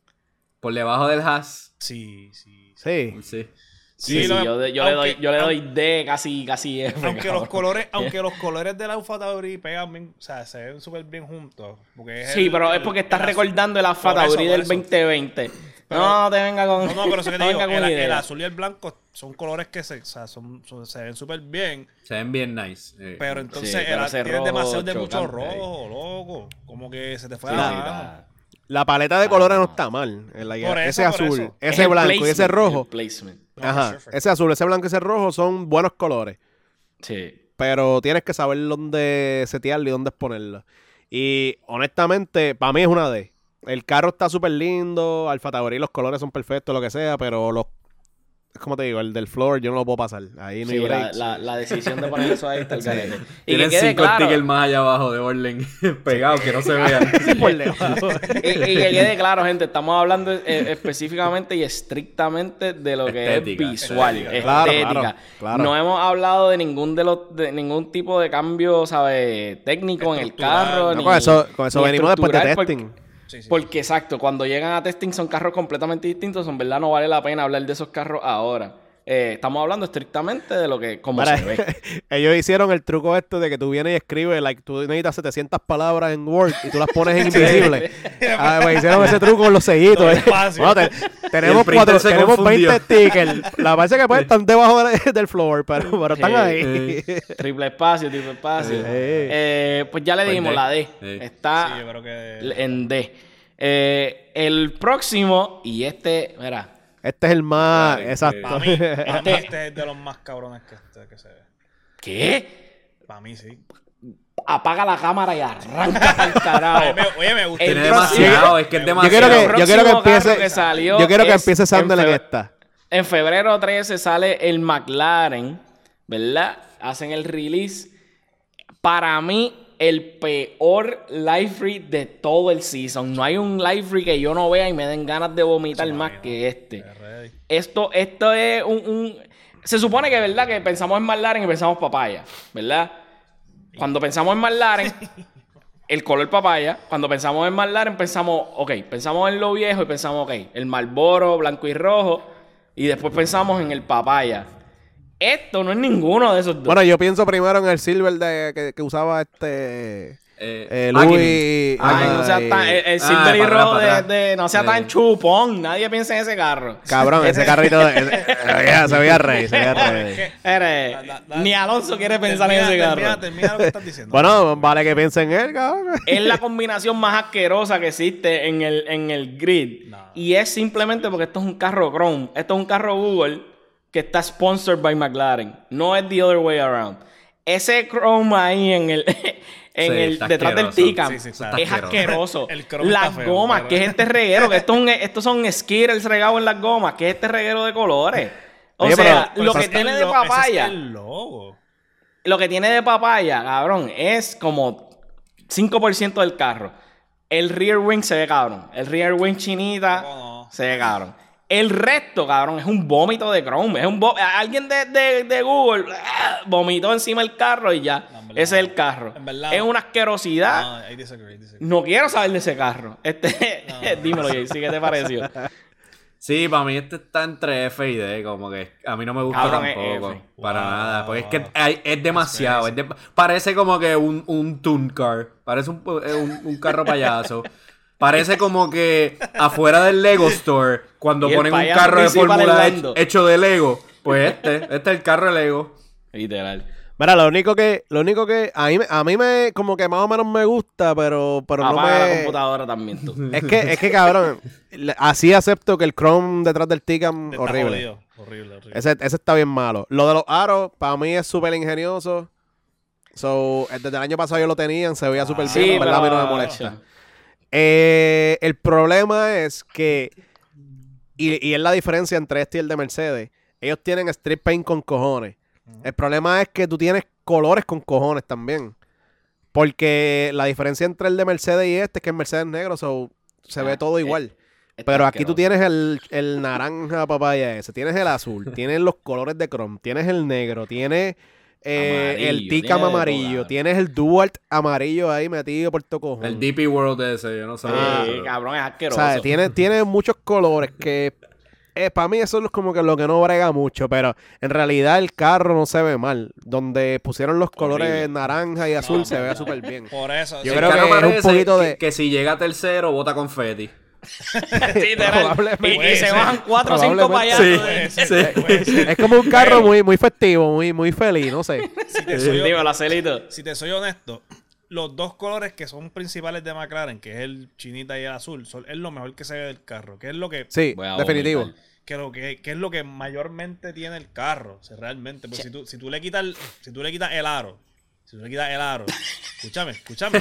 Por debajo del Haas. Sí, sí. Sí. Sí. Sí, sí, lo- yo, de- yo le doy, aunque- yo le doy D casi, casi F. Aunque cabrón. los colores, aunque los colores del Alfa Tauri pegan bien, o sea, se ven súper bien juntos. Porque es Sí, el- pero es el- porque el estás azul- recordando el Alfa Por eso, Tauri por del eso. veinte veinte. Pero- no, te venga con. No, no, pero eso que te no digo, venga el, con el idea. azul y el blanco son colores que se, o sea, son, son- se ven súper bien, Se ven bien nice. Eh, pero entonces Sí, el- pero ese tienes rojo demasiado de mucho chocante rojo, loco. Como que se te fue Sí, la sí, mano. está- La paleta de colores no está mal. En la- Por ese eso, por azul, eso. Es ese el blanco y ese placement, rojo. el placement. No, Ajá. perfect. Ese azul, ese blanco y ese rojo son buenos colores. Sí. Pero tienes que saber dónde setearlo y dónde exponerlo. Y honestamente, para mí es una D. El carro está súper lindo, Alfa Tauri, los colores son perfectos, lo que sea, pero los... Es como te digo, el del floor yo no lo puedo pasar. Ahí no hay Sí, la, breaks. la, la decisión de poner eso ahí está el garete. Y que Tienen quede cinco claro. stickers más allá abajo de Orlen pegados que no se vean. Por debajo. Y, y que quede claro, gente, estamos hablando eh, específicamente y estrictamente de lo que Estética. es visual, Estética. Claro, estética. claro, claro. No hemos hablado de ningún de los de ningún tipo de cambio, ¿sabes? Técnico en el Estructural. carro. No, ni, con eso, con eso ni venimos después de estructural, testing. Porque, Sí, sí. porque, exacto, cuando llegan a testing son carros completamente distintos. En verdad no vale la pena hablar de esos carros ahora. Eh, estamos hablando estrictamente de lo que, como Mira, se ve. ellos hicieron el truco este de que tú vienes y escribes, like, tú necesitas setecientas palabras en Word y tú las pones en invisible. Ah, pues hicieron ese truco con los sellitos. Todo eh. espacio. Bueno, te- tenemos Y el printer cuatro, se tenemos confundió. veinte stickers. La parece que pues, están debajo de- del floor, pero, pero están Sí, ahí. Triple espacio, triple espacio. Sí. Eh, pues ya le Pues dijimos D. la D. Sí. Está Sí, yo creo que... en D. Eh, el próximo, y este, mira, Este es el más Claro, exacto. Para mí, para mí este es de los más cabrones que, este, que se ve. ¿qué? Para mí sí. Apaga la cámara y arranca al carajo. Oye, me, oye, me gusta. El Tiene próximo- demasiado, es que es Yo demasiado. quiero que, El yo quiero que próximo carro empiece. que salió yo quiero que es empiece Sandel en febre- esta. En febrero trece sale el McLaren, ¿verdad? Hacen el release. Para mí, el peor live free de todo el season. No hay un live free que yo no vea y me den ganas de vomitar Sí, más no. que este. Eh, ready. Esto, esto es un, un- Se supone que, ¿verdad? Que pensamos en McLaren y pensamos papaya, ¿verdad? Cuando pensamos en McLaren, el color papaya. Cuando pensamos en McLaren, pensamos, ok, pensamos en lo viejo y pensamos, ok, el Marlboro blanco y rojo. Y después pensamos en el papaya. Esto no es ninguno de esos dos. Bueno, yo pienso primero en el silver de, que, que usaba este. Eh, Eh, Mackinnon. Luis. Ay, ajá, no sea y- tan, el, el Ah, silver y para atrás, rojo para de, atrás. de- no sea Sí. tan chupón. Nadie piensa en ese carro. Cabrón, ese carrito. ese- se veía- se veía rey, se veía rey. ¿Qué? Eres- Da- da- da- ni Alonso quiere pensar en Termina, ese carro. termina, termina lo que estás diciendo. Bueno, vale que piense en él, cabrón. Es la combinación más asquerosa que existe en el, en el grid. No. Y es simplemente porque esto es un carro Chrome. Esto es un carro Google que está sponsored by McLaren. No es the other way around. Ese Chrome ahí en el, en Sí, el está detrás del asqueroso. T-Cam Sí, sí, está es asqueroso. asqueroso. El Chrome Las está feo, gomas, pero- que es este reguero, que esto es un- estos son Skittles regados en las gomas, que es este reguero de colores. O Oye, sea, pero- lo Pero que ese tiene es de el lo- ese papaya, es el logo. lo que tiene de papaya, cabrón, es como cinco por ciento del carro. El rear wing se ve cabrón. El rear wing chinita No, no. se ve cabrón. El resto, cabrón, es un vómito de Chrome. Es un vo- Alguien de, de- de Google ah, vomitó encima del carro y ya. No, en verdad Ese es no. el carro. En verdad es no. una asquerosidad. No, I disagree, I disagree. No quiero saber de ese carro. Este, dímelo, Jay, ¿sí qué te pareció? Sí, para mí este está entre F y D, como que a mí no me gusta Cabrón, es tampoco. F. Para Wow. nada. Porque es que hay- es demasiado. es de- parece como que un, un Toon Car. Parece un, eh, un, un carro payaso. Parece como que afuera del Lego Store, cuando Y el ponen un payaso carro de principal fórmula es Lando. hecho, hecho de Lego. Pues este, este es el carro de Lego. Literal. Mira, lo único que, lo único que a mí, me- a mí me, como que más o menos me gusta, pero, pero no Apaga la me... computadora también tú. Es que, es que cabrón, le- así acepto que el Chrome detrás del T-Cam, Está horrible. jodido. Horrible, horrible. Ese, ese está bien malo. Lo de los aros, para mí es súper ingenioso. So, desde el año pasado yo lo tenían, se veía súper Sí, bien, en verdad a mí no me pero- molesta. Eh, el problema es que, y, y es la diferencia entre este y el de Mercedes, ellos tienen strip paint con cojones. El problema es que tú tienes colores con cojones también. Porque la diferencia entre el de Mercedes y este es que el Mercedes es negro, so, se Ah, ve todo eh, igual. Está Pero aquí tú asqueroso. tienes el, el naranja papaya ese, tienes el azul, tienes los colores de Chrome, tienes el negro, tienes eh, el Amarillo, Ticam tiene de todo, amarillo, cabrón. tienes el Dualt amarillo ahí metido por tu cojón. El D P World ese, yo no sé. Ah, Sí, cabrón, es O asqueroso. sea, tiene, tiene muchos colores que eh, para mí eso es como que lo que no brega mucho, pero en realidad el carro no se ve mal. Donde pusieron los colores Horrible. naranja y azul No, se no, ve no. súper bien. Por eso. Yo sí. creo El que carro es un parece poquito que, de- que si llega tercero, bota confeti. Literal. Probablemente. Y, y se bajan cuatro o cinco Probablemente. payasos. Sí, de- sí. Puede ser. Es como un carro muy, muy festivo, muy, muy feliz, no sé. Si te soy, Dímelo, Celito. si te soy honesto, los dos colores que son principales de McLaren, que es el chinita y el azul, son, es lo mejor que se ve del carro. Que es lo que, Sí, Voy a definitivo. vomitar. que lo que, que es lo que mayormente tiene el carro, o sea, realmente. Pues si tú, si tú le quitas el, si tú le quitas el aro, si tú le quitas el aro, escúchame, escúchame.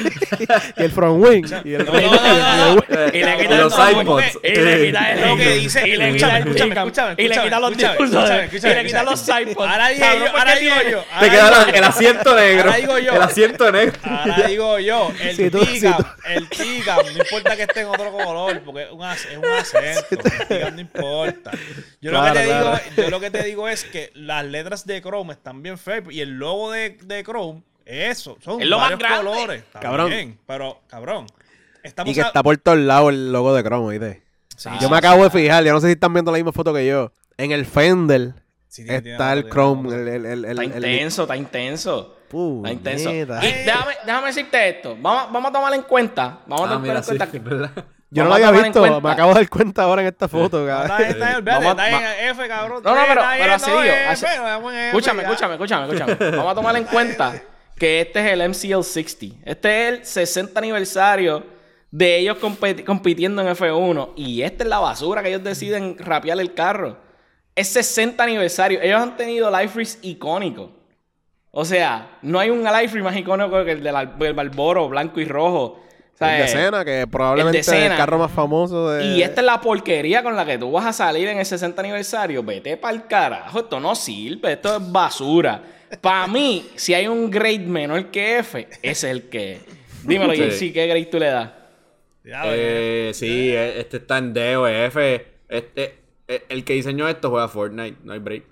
Y el front wing. Y el No, no, no, no, no. Y le Y quita los el iPods. Y le quita el Es lo que dice. Y le Escúchame, quita el escúchame, Ticam, escúchame, Y le quita los escúchame, discursos. escúchame, Y escúchame, le quita los escúchame. iPods. Ahora digo Cabrón, yo, ¿por ahora qué digo tiene- yo. Te ahora queda digo la- yo. el asiento negro. Ahora digo yo. El asiento negro. Ahora digo yo, el Si tú- Ticam, si tú- el Ticam, no importa que esté en otro color, porque es un, ac- es un acento, el Ticam no importa. Yo, lo Claro, que te claro. digo, yo lo que te digo es que las letras de Chrome están bien feas y el logo de, de Chrome, eso, son Es lo más varios grande. colores. Está Cabrón. bien, pero, cabrón, estamos Y que a- está por todos lados el logo de Chrome, ¿viste? Sí, Yo sí, me sí. acabo de fijar, yo no sé si están viendo la misma foto que yo. En el fender Sí, tiene- tiene está otro, el tiene Chrome, otro. el... el, el, el- Está el- intenso, está intenso. Está intenso. Puñeta. Y déjame, déjame decirte esto. Vamos, vamos a tomar en cuenta. Vamos a Ah, tomar mira, en sí, cuenta que ¿verdad? Yo no lo vamos a había tomar en visto, cuenta- me acabo de dar cuenta ahora en esta foto, No, cabrón. está bien, está bien, olvídate, Vamos a- está en va- F, cabrón. No, no, está pero, bien, pero está bien, serio, no, así- F, vamos en F, escúchame, ya. escúchame, escúchame, escúchame. Vamos a tomar en cuenta que este es el M C L sesenta. Este es el sesenta aniversario de ellos competi- compitiendo en F uno. Y esta es la basura que ellos deciden rapear el carro. Es sesenta aniversario. Ellos han tenido life race icónicos. O sea, no hay un life race más icónico que el del, Al- del Marlboro blanco y rojo. O sea, El de Senna, que probablemente el es de el Senna. carro más famoso de... Y esta es la porquería con la que tú vas a salir en el sesenta aniversario. Vete pa'l carajo. Esto no sirve. Esto es basura. Para mí, si hay un grade menor que F, ese es el que es. Dímelo, Sí. Jessy, ¿qué grade tú le das? Ya, oye. Eh, sí, eh, este está en D O F. Este, eh, el que diseñó esto juega Fortnite, no hay break.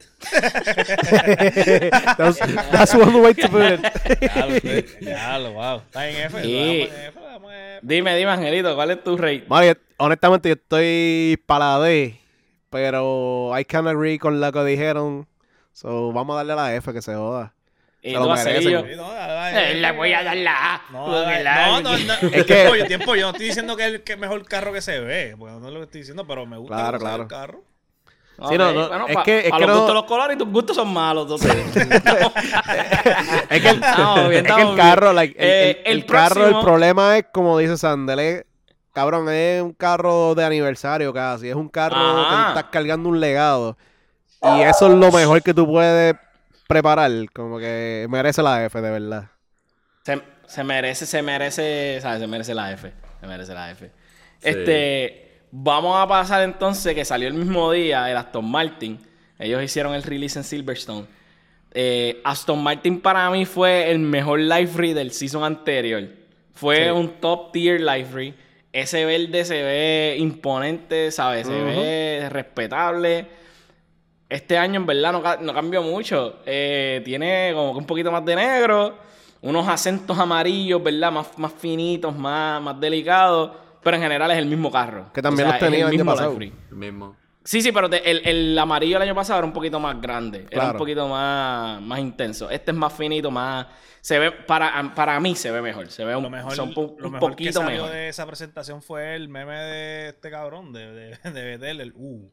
that's, that's one way to put it. Ya, lo- ya, lo, wow. Está en F. Sí. Vamos en F, vamos en F. Dime, dime, Angelito, ¿cuál es tu rate? Mano, yo- honestamente, yo estoy para la D, pero I can't agree con lo que dijeron. So, vamos a darle a la F, que se joda. Y Se tú, lo merecen. Acelillo. Sí, no, dale, dale. Eh, le voy a dar la A. No, Porque dale, la- no, no, no. Es que- Tiempo, yo, tiempo, yo no estoy diciendo que es el que mejor carro que se ve. Porque no es lo que estoy diciendo, pero me gusta Claro, cómo se ve claro. el carro. Ok, Sí, no, no, bueno, es pa- que- es pa que los no- gustos los colores y tus gustos son malos. Entonces. Es que el, Estamos bien, es que el estamos carro, bien. like, el, Eh, el- el el carro, el próximo- problema es, como dice Sandel, es- cabrón, es un carro de aniversario casi. Es un carro Ajá. que tú estás cargando un legado. Y eso es lo mejor que tú puedes preparar. Como que merece la F, de verdad. Se, se merece, se merece, ¿sabes? Se merece la F. Se merece la F. Este, vamos a pasar entonces, que salió el mismo día, el Aston Martin. Ellos hicieron el release en Silverstone. Eh, Aston Martin para mí fue el mejor livery del season anterior. Fue Sí. un top tier livery. Ese verde se ve imponente, ¿sabes? Se Ujú. ve respetable. Este año en verdad no, ca- no cambió mucho. Eh, tiene como que un poquito más de negro, unos acentos amarillos, ¿verdad? Más, más finitos, más, más delicados. Pero en general es el mismo carro. Que también los es el tenía el año mismo pasado. livery. El mismo. Sí, sí, pero te- el, el amarillo el año pasado era un poquito más grande. Era Claro. un poquito más, más intenso. Este es más finito, más... Se ve, para, para mí se ve mejor. Se ve un, Lo mejor, son un, lo un mejor que poquito salió mejor. de esa presentación fue el meme de este cabrón, de, de, de Vettel, el U.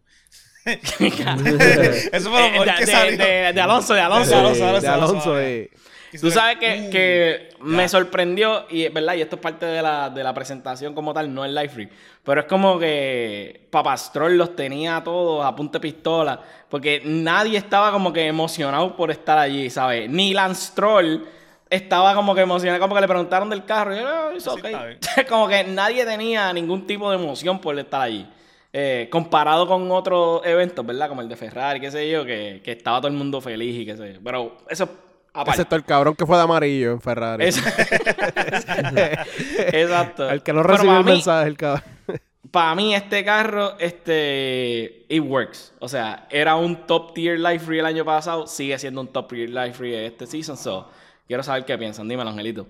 Eso fue lo Eh, mejor de, que de- salió. de- de Alonso, de Alonso. De Alonso, Sí, Alonso, de Alonso, Alonso, eh. Tú sabes que, Uh, que me ya. sorprendió, y ¿verdad? Y esto es parte de la, de la presentación como tal, no el live free. Pero es como que Papastrol los tenía a todos a punta de pistola. Porque nadie estaba como que emocionado por estar allí, ¿sabes? Ni Lance Stroll estaba como que emocionado, como que le preguntaron del carro y yo, oh, it's Sí, okay. está bien. Como que nadie tenía ningún tipo de emoción por estar allí. Eh, comparado con otros eventos, ¿verdad? Como el de Ferrari, qué sé yo, que, que estaba todo el mundo feliz y qué sé yo. Pero eso, aparte. Excepto el cabrón que fue de amarillo en Ferrari. Es- Exacto. El que no Pero recibió para el mí- mensaje, el cabrón. Para mí este carro, este, it works. O sea, era un top tier life free el año pasado, sigue siendo un top tier life free este season. So, quiero saber qué piensan. Dímelo, Angelito.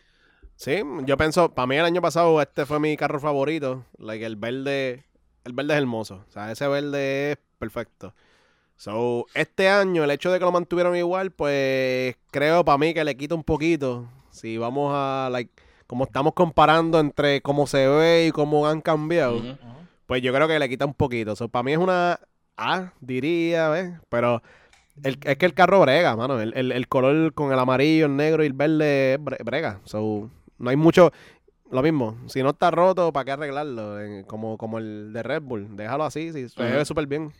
Sí, yo pienso, para mí el año pasado este fue mi carro favorito. Like, el verde, el verde es hermoso. O sea, ese verde es perfecto. So, este año, el hecho de que lo mantuvieron igual, pues creo para mí que le quita un poquito. Si vamos a, like, como estamos comparando entre cómo se ve y cómo han cambiado, Ujú. pues yo creo que le quita un poquito. So, para mí es una A, diría, ¿ves? Pero el- es que el carro brega, mano. El, el- el color con el amarillo, el negro y el verde bre- brega. So, no hay mucho. Lo mismo, si no está roto, ¿para qué arreglarlo? En- como, como el de Red Bull. Déjalo así, sí, se Ujú. ve súper bien.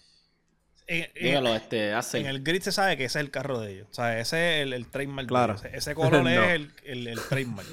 En, en- Dímelo, este, hace. en el grid se sabe que ese es el carro de ellos. O sea, ese es el, el trademark. de Claro. ellos. Ese, ese color No. es el, el, el trademark.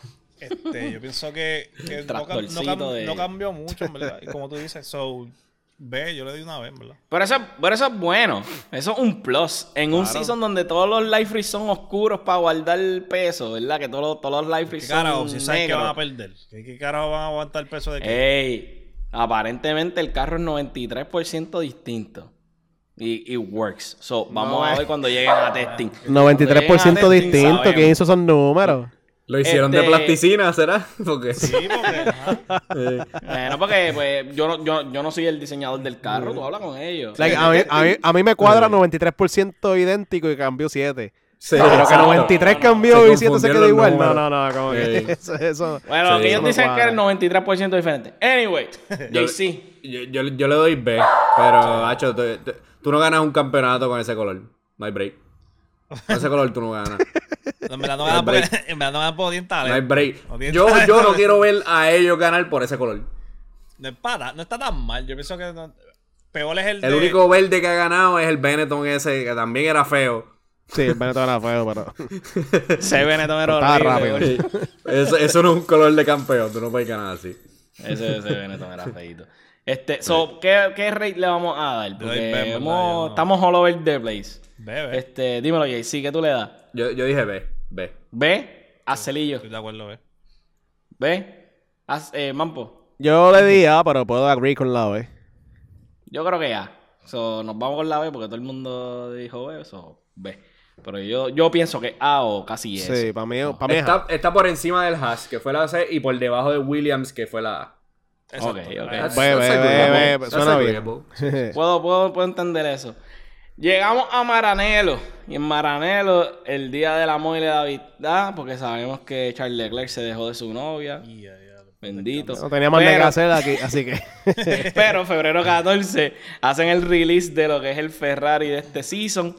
Este, yo pienso que, que El no, cam- no, tractorcito cam- de- no cambió mucho, en verdad. Y como tú dices, so, ve, yo le di una vez, en verdad. Pero eso, pero eso es bueno. Eso es un plus. En un Claro. season donde todos los life frees son oscuros para guardar el peso, ¿verdad? Que todos, los- todos los life ¿Qué frees son carajo? Si sabes que negros. van a perder. ¿Qué, qué carajo van a aguantar el peso de qué? Ey, aparentemente el carro es noventa y tres por ciento distinto. Y it works. So, vamos No, a eh. ver cuando lleguen a testing. noventa y tres por ciento Cuando lleguen a testing, distinto. sabemos. ¿Quién hizo esos números? Lo hicieron Este- de plasticina, ¿será? Porque Sí, porque... ajá. eh, Bueno, porque pues, yo, no, yo, yo no soy el diseñador del carro, tú hablas con ellos. Like, a, mí, a, mí, a mí me cuadra noventa y tres por ciento idéntico y cambió siete. sí, Pero que exacto. noventa y tres no, no. cambió Se y siete se confundieron quedó los igual. No, números. no, no, como que Sí. eso, eso. Bueno, Sí. lo que ellos Eso no dicen es que cuadra. el noventa y tres por ciento diferente. Anyway, Yo- J C. Yo, yo, yo le doy B, pero, hacho, tú, tú- tú no ganas un campeonato con ese color. No hay break. Con ese color tú no ganas. No, en verdad no No hay ganan porque, break. en verdad no ganan porque tienen talento. No hay break. No tienen Yo, talento. yo no quiero ver a ellos ganar por ese color. No, es para, no está tan mal. Yo pienso que no- peor es el, El de... único verde que ha ganado es el Benetton ese, que también era feo. Sí, el Benetton era feo, pero. Se Benetton era Estaba horrible, rápido. güey. Eso, eso no es un color de campeón, tú no puedes ganar así. Ese, ese Benetton era feito. Este, so, ¿qué, ¿qué rate le vamos a dar? Le doy Porque B, en verdad, hemos- yo no. estamos all over the place. Bebe. Este, dímelo, J C, ¿qué tú le das? Yo, yo dije B, B. ¿B? A Celillo. Estoy de acuerdo, ve. ¿B? A, eh, Mampo. Yo le di A, pero puedo agree con la B. Yo creo que A. So, nos vamos con la B porque todo el mundo dijo B, so B. Pero yo, yo pienso que A o casi eso. Sí, para mí, para mí es A. Está, está por encima del Haas, que fue la C, y por debajo de Williams, que fue la A. Ok, Exacto. ok. That's- Ve, that's ve, agreeable. ve, ve, That's suena bien. agreeable. Puedo, puedo, puedo entender eso. Llegamos a Maranello. Y en Maranello, el día del amor y la amistad, porque sabemos que Charles Leclerc se dejó de su novia. Y, ya, ya. Bendito. No tenía más nada que Pero- hacer aquí, así que. Pero febrero catorce hacen el release de lo que es el Ferrari de este season.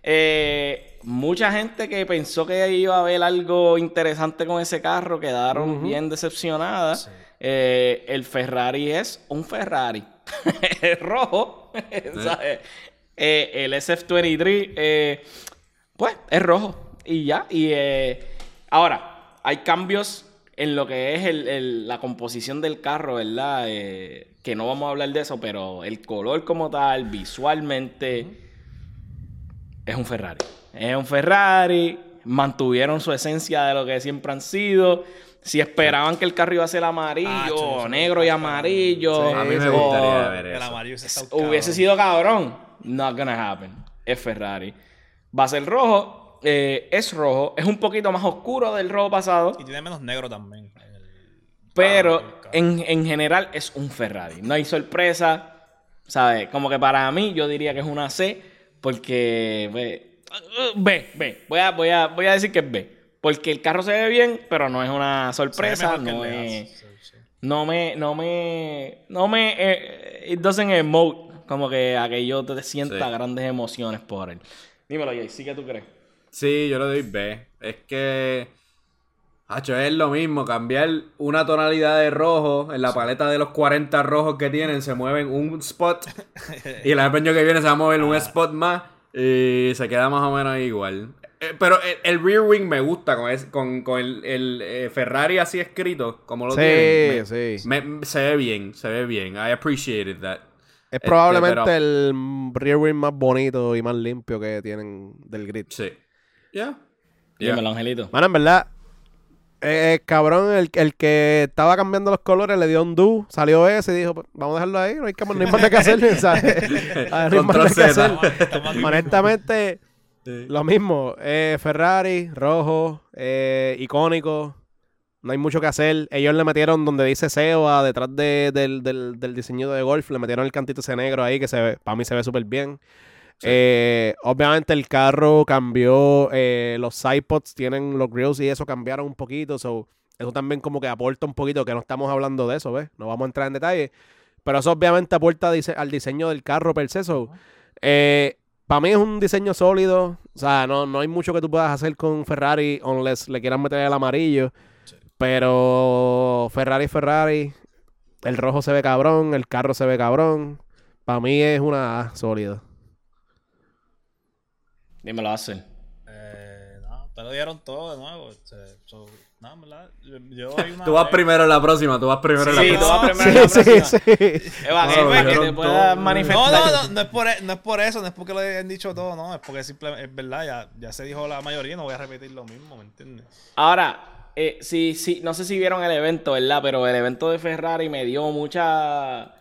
Eh, mucha gente que pensó que iba a haber algo interesante con ese carro quedaron bien decepcionadas. Eh, el Ferrari es un Ferrari. Es rojo. ¿Sabes? Eh, el S F veintitrés, eh, pues, es rojo. Y ya. Y eh, ahora, hay cambios en lo que es el- el- la composición del carro, ¿verdad? Eh, que no vamos a hablar de eso, pero el color como tal, visualmente, es un Ferrari. Es un Ferrari. Mantuvieron su esencia de lo que siempre han sido. Si esperaban que el carro iba a ser amarillo, Ah, o chulo, negro y amarillo, Sí, A mí me o- gustaría ver El eso. amarillo se está hubiese buscando. sido cabrón. Not gonna happen. Es Ferrari. Va a ser rojo. eh, es rojo. Es un poquito más oscuro del rojo pasado. Y tiene menos negro también. en el- Pero Ah, el carro. en, en general es un Ferrari. No hay sorpresa. ¿Sabes? Como que para mí yo diría que es una C. Porque... ve, B, B. Voy a, voy a, voy a decir que es B. Porque el carro se ve bien, pero no es una Se ve sorpresa. mejor que el No de es... Haas, sí, sí. No me, no me, no me, eh, it doesn't emote, como que a que yo te sienta Sí. grandes emociones por él. Dímelo, Jay, ¿sí que tú crees? Sí, yo le doy B. Es que... Hacho, es lo mismo. Cambiar una tonalidad de rojo en la paleta de los cuarenta rojos que tienen, se mueven un spot. Y el año que viene se va a mover un spot más. Y se queda más o menos igual. eh, pero el, el rear wing me gusta con, es, con, con el, el eh, Ferrari así escrito, como lo Sí, tienen. sí. Me, me- se ve bien, se ve bien. I appreciated that. Es Este, probablemente pero- el rear wing más bonito y más limpio que tienen del grid. Sí. Yeah. Yeah. Dímelo, Angelito. Bueno, en verdad, eh, cabrón, el, el que estaba cambiando los colores le dio un do, salió ese y dijo, pues, vamos a dejarlo ahí, no hay, que, no hay más nada que hacer. O sea, no hay más Control nada que Z. hacer. Estamos aquí. Honestamente, Sí. lo mismo. eh, Ferrari, rojo, eh, icónico. No hay mucho que hacer. Ellos le metieron donde dice Seba, detrás de, del, del, del diseño de golf, le metieron el cantito ese negro ahí que se ve, para mí se ve súper bien. Sí. Eh, obviamente el carro cambió, eh, los sidepods tienen los grills y eso cambiaron un poquito. So, eso también como que aporta un poquito, que no estamos hablando de eso, ¿ves? No vamos a entrar en detalle. Pero eso obviamente aporta dise- al diseño del carro per se. So, eh, para mí es un diseño sólido. O sea, no, no hay mucho que tú puedas hacer con Ferrari unless le quieran meter el amarillo. Sí. Pero Ferrari, Ferrari. El rojo se ve cabrón, el carro se ve cabrón. Para mí es una A sólida. Dímelo, Axel. Eh, no, te lo dieron todo de nuevo. este, so, no, en verdad, yo- yo doy una Tú vas B. primero en la próxima, tú vas primero en la Sí, próxima. tú vas no, primero en la Sí, sí, próxima. sí. Eva, No, que, lo pues, que dijeron te puedas todo. manifestar. No, no, no, no es, por, e- no es por eso, no es porque lo hayan dicho todo, no, es porque simplemente, es verdad, ya, ya se dijo la mayoría, no voy a repetir lo mismo, ¿me entiendes? Ahora, eh, sí, sí, no sé si vieron el evento, ¿verdad? Pero el evento de Ferrari me dio mucha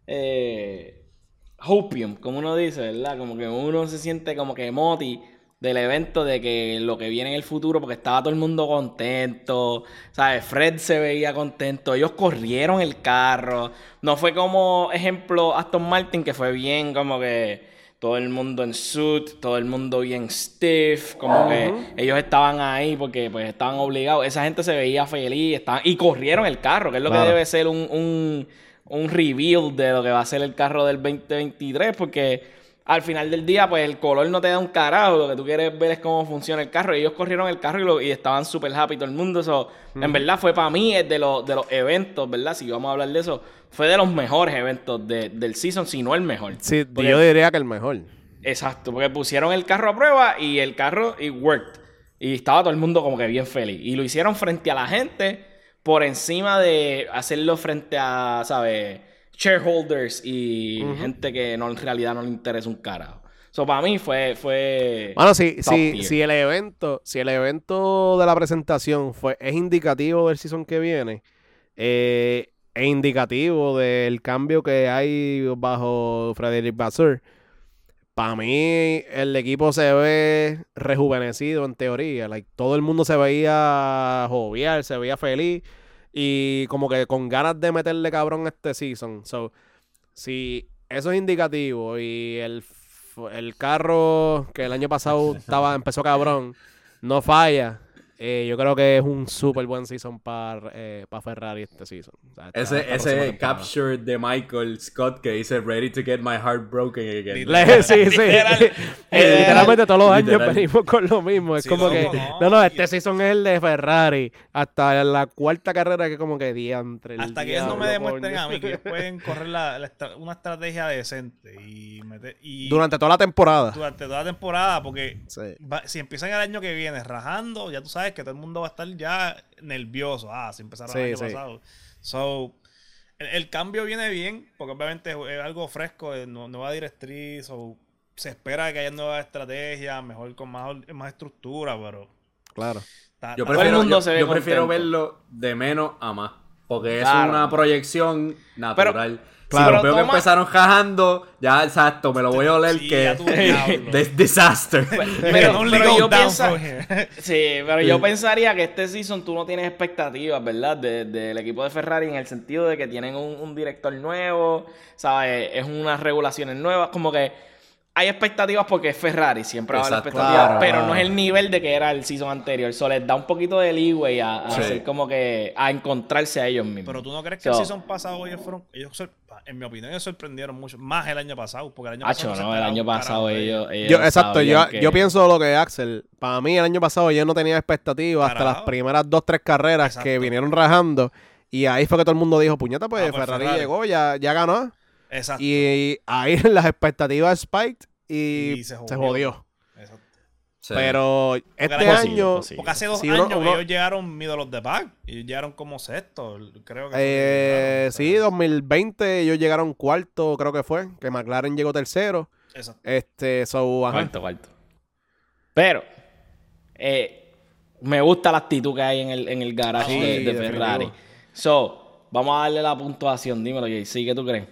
eh, hopium, como uno dice, ¿verdad? Como que uno se siente como que moti del evento de que lo que viene en el futuro, porque estaba todo el mundo contento, ¿sabes? Fred se veía contento, ellos corrieron el carro, no fue como ejemplo Aston Martin, que fue bien como que todo el mundo en suit, todo el mundo bien stiff, como que ellos estaban ahí porque pues estaban obligados, esa gente se veía feliz, estaban, y corrieron el carro, que es lo Claro. que debe ser un, un, un reveal de lo que va a ser el carro del veinte veintitrés, porque al final del día, pues el color no te da un carajo. Lo que tú quieres ver es cómo funciona el carro. Y ellos corrieron el carro y, lo, y estaban súper happy todo el mundo. Eso, en verdad, fue para mí es de, los de los eventos, ¿verdad? Si vamos a hablar de eso, fue de los mejores eventos de- del season, si no el mejor. Sí, Porque- yo diría que el mejor. Exacto, porque pusieron el carro a prueba y el carro it worked. Y estaba todo el mundo como que bien feliz. Y lo hicieron frente a la gente por encima de hacerlo frente a, ¿sabes? Shareholders y gente que no, en realidad no le interesa un carajo. So, para mí fue... fue Bueno, si, top si, tier. si el evento, si el evento de la presentación fue, es indicativo del season que viene, eh, es indicativo del cambio que hay bajo Frederic Vasseur. Para mí, el equipo se ve rejuvenecido en teoría. Like, todo el mundo se veía jovial, se veía feliz y como que con ganas de meterle cabrón este season. So, si eso es indicativo y el, f- el carro que el año pasado estaba empezó cabrón no falla, eh, yo creo que es un súper buen season para eh, para Ferrari este season. O sea, esta- Ese, esta próxima ese temporada. capture de Michael Scott que dice ready to get my heart broken again. Le- sí, sí. Literal. Eh, literalmente todos los años Literal. venimos con lo mismo. Es Sí, como loco, que. no. No, no, este season es el de Ferrari. Hasta la cuarta carrera que es como que diantre. el Hasta que ellos no me diablo, demuestren coño. a mí que ellos pueden correr la, la estra- una estrategia decente y meter... Y Durante toda la temporada. durante toda la temporada, porque Sí. va- si empiezan el año que viene rajando, ya tú sabes que todo el mundo va a estar ya nervioso. Ah, si empezaron Sí, el año sí. pasado. So, el, el cambio viene bien, porque obviamente es, es algo fresco, es nu- nueva directriz, o se espera que haya nueva estrategia, mejor con más, más estructura, pero... Claro. está- Yo está- el prefiero, mundo yo- se ve yo prefiero contento. verlo de menos a más. Porque Claro. es una proyección natural. Claro. Si Pero los veo que toma- empezaron jajando, ya exacto, me lo voy a oler Sí, que ya tú, diablo. This disaster. Pero, Only pero go yo down piensa- from here. Sí, pero yo pensaría que este season tú no tienes expectativas, ¿verdad? De- Del equipo de Ferrari en el sentido de que tienen un, un director nuevo, ¿sabes? Es unas regulaciones nuevas, como que hay expectativas porque es Ferrari, siempre va a haber Exacto. expectativas, Claro, pero claro. no es el nivel de que era el season anterior. Eso les da un poquito de leeway a, a Sí. hacer como que a encontrarse a ellos mismos. Pero tú no crees que So, el season pasado ellos fueron, ellos sor- en mi opinión ellos sorprendieron mucho, más el año pasado, porque el año Hacho, pasado se no, el esperaba año un carajo pasado de ellos, ellos Yo, exacto, yo, sabían que- yo pienso lo que Axel. Para mí, el año pasado yo no tenía expectativas hasta Carajo. las primeras dos, tres carreras que Exacto. vinieron rajando. Y ahí fue que todo el mundo dijo, puñeta, pues, Ah, pues Ferrari, Ferrari. llegó, ya, ya ganó. Exacto. Y ahí las expectativas spiked y, Y se se jodió. jodió. Exacto. Sí. Pero este Posible, año... posible. Porque hace dos Sí, uno- años uno- ellos llegaron middle of the pack. Y llegaron como sexto. Creo que fue Eh, que llegaron, sí, o dos mil veinte ellos llegaron cuarto, creo que fue. Que McLaren llegó tercero. sea, exacto. Este, so, ajá. Cuarto, cuarto. Pero, eh, me gusta la actitud que hay en el, en el garage Sí, de, de definitivo. Ferrari. So, vamos a darle la puntuación. Dímelo, Jay. ¿Sí qué tú crees?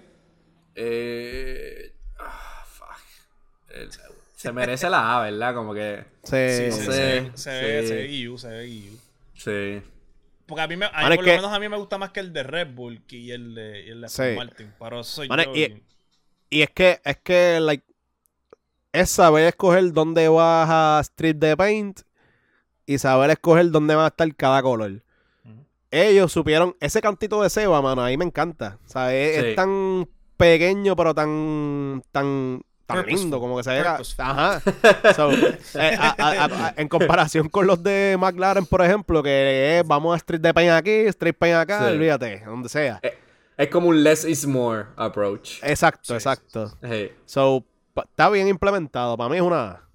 Eh, ah, fuck. El- se merece la A, ¿verdad? Como que. Sí, Sí, sí, se, se, se ve, sí. se ve Guiu, se ve Guiu. Sí. Porque a mí, me, a mí Mano, es por que- lo menos a mí me gusta más que el de Red Bull que y el de, y el de Sí. Aston Martin. Pero eso soy Mano, yo. y- y- Y es que, es que, like, es saber escoger dónde vas a strip de paint y saber escoger dónde va a estar cada color. Ujú. Ellos supieron, ese cantito de ceba, mano, ahí me encanta. O sea, es, es Sí. tan pequeño, pero tan, tan, tan Purposeful. lindo, como que se ve. Purposeful. Ajá. So, eh, a- a- a- a- en comparación con los de McLaren, por ejemplo, que es, vamos a strip de paint aquí, strip paint acá, Sí. olvídate, donde sea. Eh, Es como un less is more approach. Exacto, Sí, exacto. Hey. So, pa- está bien implementado. Para mí es una A.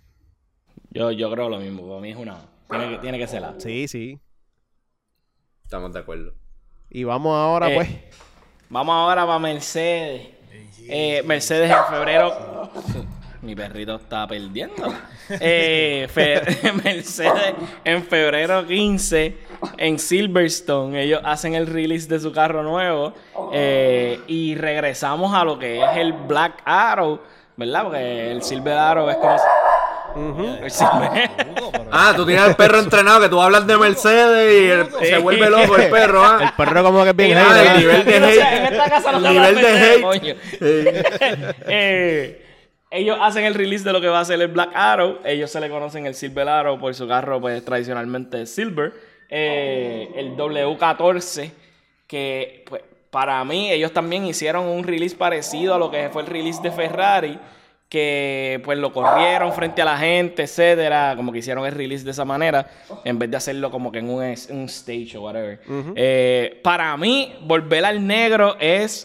Yo, yo creo lo mismo. Para mí es una... Tiene que, tiene que ser la. Sí, sí. Estamos de acuerdo. Y vamos ahora, Eh, pues. Vamos ahora para Mercedes. Eh, Mercedes en febrero. Mi perrito está perdiendo. Eh, fe- Mercedes en febrero quince en Silverstone. Ellos hacen el release de su carro nuevo. eh, y regresamos a lo que es el Black Arrow. ¿Verdad? Porque el Silver Arrow es como. El Silver- Pudo, pero- Ah, tú tienes el perro entrenado que tú hablas de Mercedes y el- se vuelve loco el perro, El ¿ah? perro como que es bien Ah, Ah, hater, el nivel de no sé, en hate. esta casa no El se habla nivel de Mercedes, hate. coño. Sí. Eh, ellos hacen el release de lo que va a ser el Black Arrow. Ellos se le conocen el Silver Arrow por su carro, pues tradicionalmente Silver. Eh, el W catorce, que pues para mí ellos también hicieron un release parecido a lo que fue el release de Ferrari, que pues lo corrieron frente a la gente, etcétera, como que hicieron el release de esa manera, en vez de hacerlo como que en un, es- un stage o whatever. Eh, para mí, volver al negro es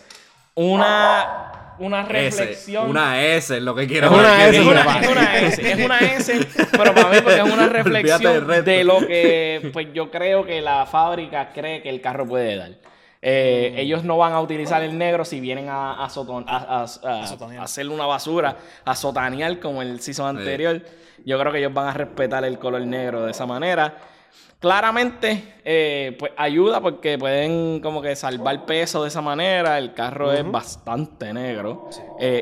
una, una S. reflexión. Una S es lo que quiero Es una ver que S, Es diga. una, es una S, es una S, pero para mí porque es una Olvídate del reflexión resto. de lo que pues yo creo que la fábrica cree que el carro puede dar. Eh, ellos no van a utilizar el negro si vienen a, a, soton- a- a- a- sotanear. a hacerle una basura, a sotanear como el season anterior. Yo creo que ellos van a respetar el color negro de esa manera. Claramente, eh, pues ayuda porque pueden como que salvar peso de esa manera. El carro es bastante negro. Eh,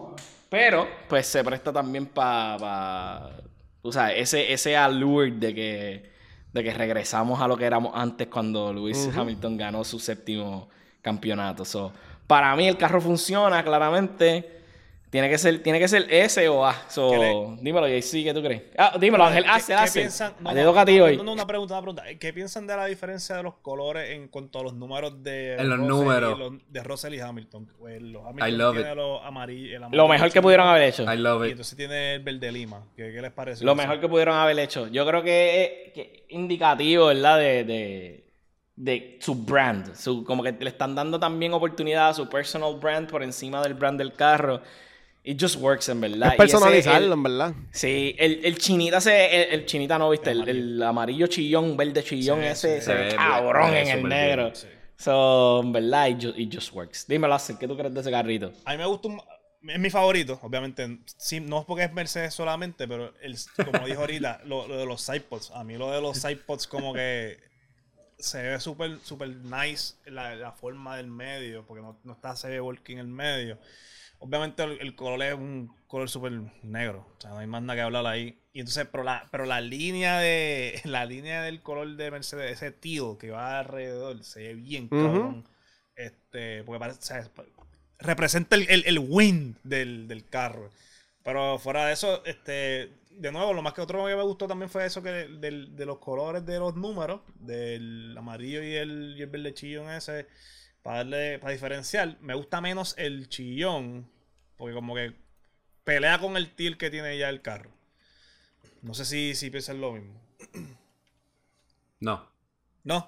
pero, pues se presta también para, pa, tú sabes, ese, ese allure de que, de que regresamos a lo que éramos antes cuando Lewis Hamilton ganó su séptimo campeonato. So, para mí el carro funciona claramente. Tiene que ser, tiene que ser S o A. So, ¿Qué le- dímelo, J C, ¿qué tú crees? Ah, dímelo, Ángel, hace, ¿Qué- qué hace. piensan? No, Te no, toca a ti hoy. no, no, una pregunta, una pregunta. ¿Qué piensan de la diferencia de los colores en cuanto a los números de En los Russell números. y los- de Russell y Hamilton? Pues los Hamilton I love tiene it. los amarillos, el Lo amarillo mejor que chico, pudieron haber hecho. I love Y it. entonces tiene el verde lima. ¿Qué, qué les parece? Lo eso? mejor que pudieron haber hecho. Yo creo que es que indicativo, ¿verdad? De, de, de su brand. Su, como que le están dando también oportunidad a su personal brand por encima del brand del carro. It just works, en verdad. Es Y ese- personalizarlo, el- en verdad. Sí, el, el chinita se, el, el chinita no, viste, el, el amarillo chillón, verde chillón, Sí, ese sí. se ve Se ve cabrón bien, en el súper negro. bien, sí. So, en verdad, it just, it just works. Dímelo, Acer, ¿qué tú crees de ese carrito? A mí me gusta un... Es mi favorito, obviamente. Sí, no es porque es Mercedes solamente, pero el, como dijo ahorita, lo, lo de los sidepods. A mí lo de los sidepods como que se ve súper súper nice la, la forma del medio, porque no, no está C B Volky en el medio. Obviamente el, el color es un color súper negro, o sea, no hay más nada que hablar ahí. Y entonces, pero la, pero la línea de la línea del color de Mercedes, ese tío que va alrededor, se ve bien Ujú. cabrón. Este, porque parece, o sea, representa el, el, el wind del, del carro. Pero fuera de eso, este, de nuevo, lo más que otro que me gustó también fue eso que del, de los colores de los números, del amarillo y el, y el verde chillón ese, para darle, para diferenciar. Me gusta menos el chillón, porque como que pelea con el teal que tiene ya el carro. No sé si, si piensan lo mismo. No. No.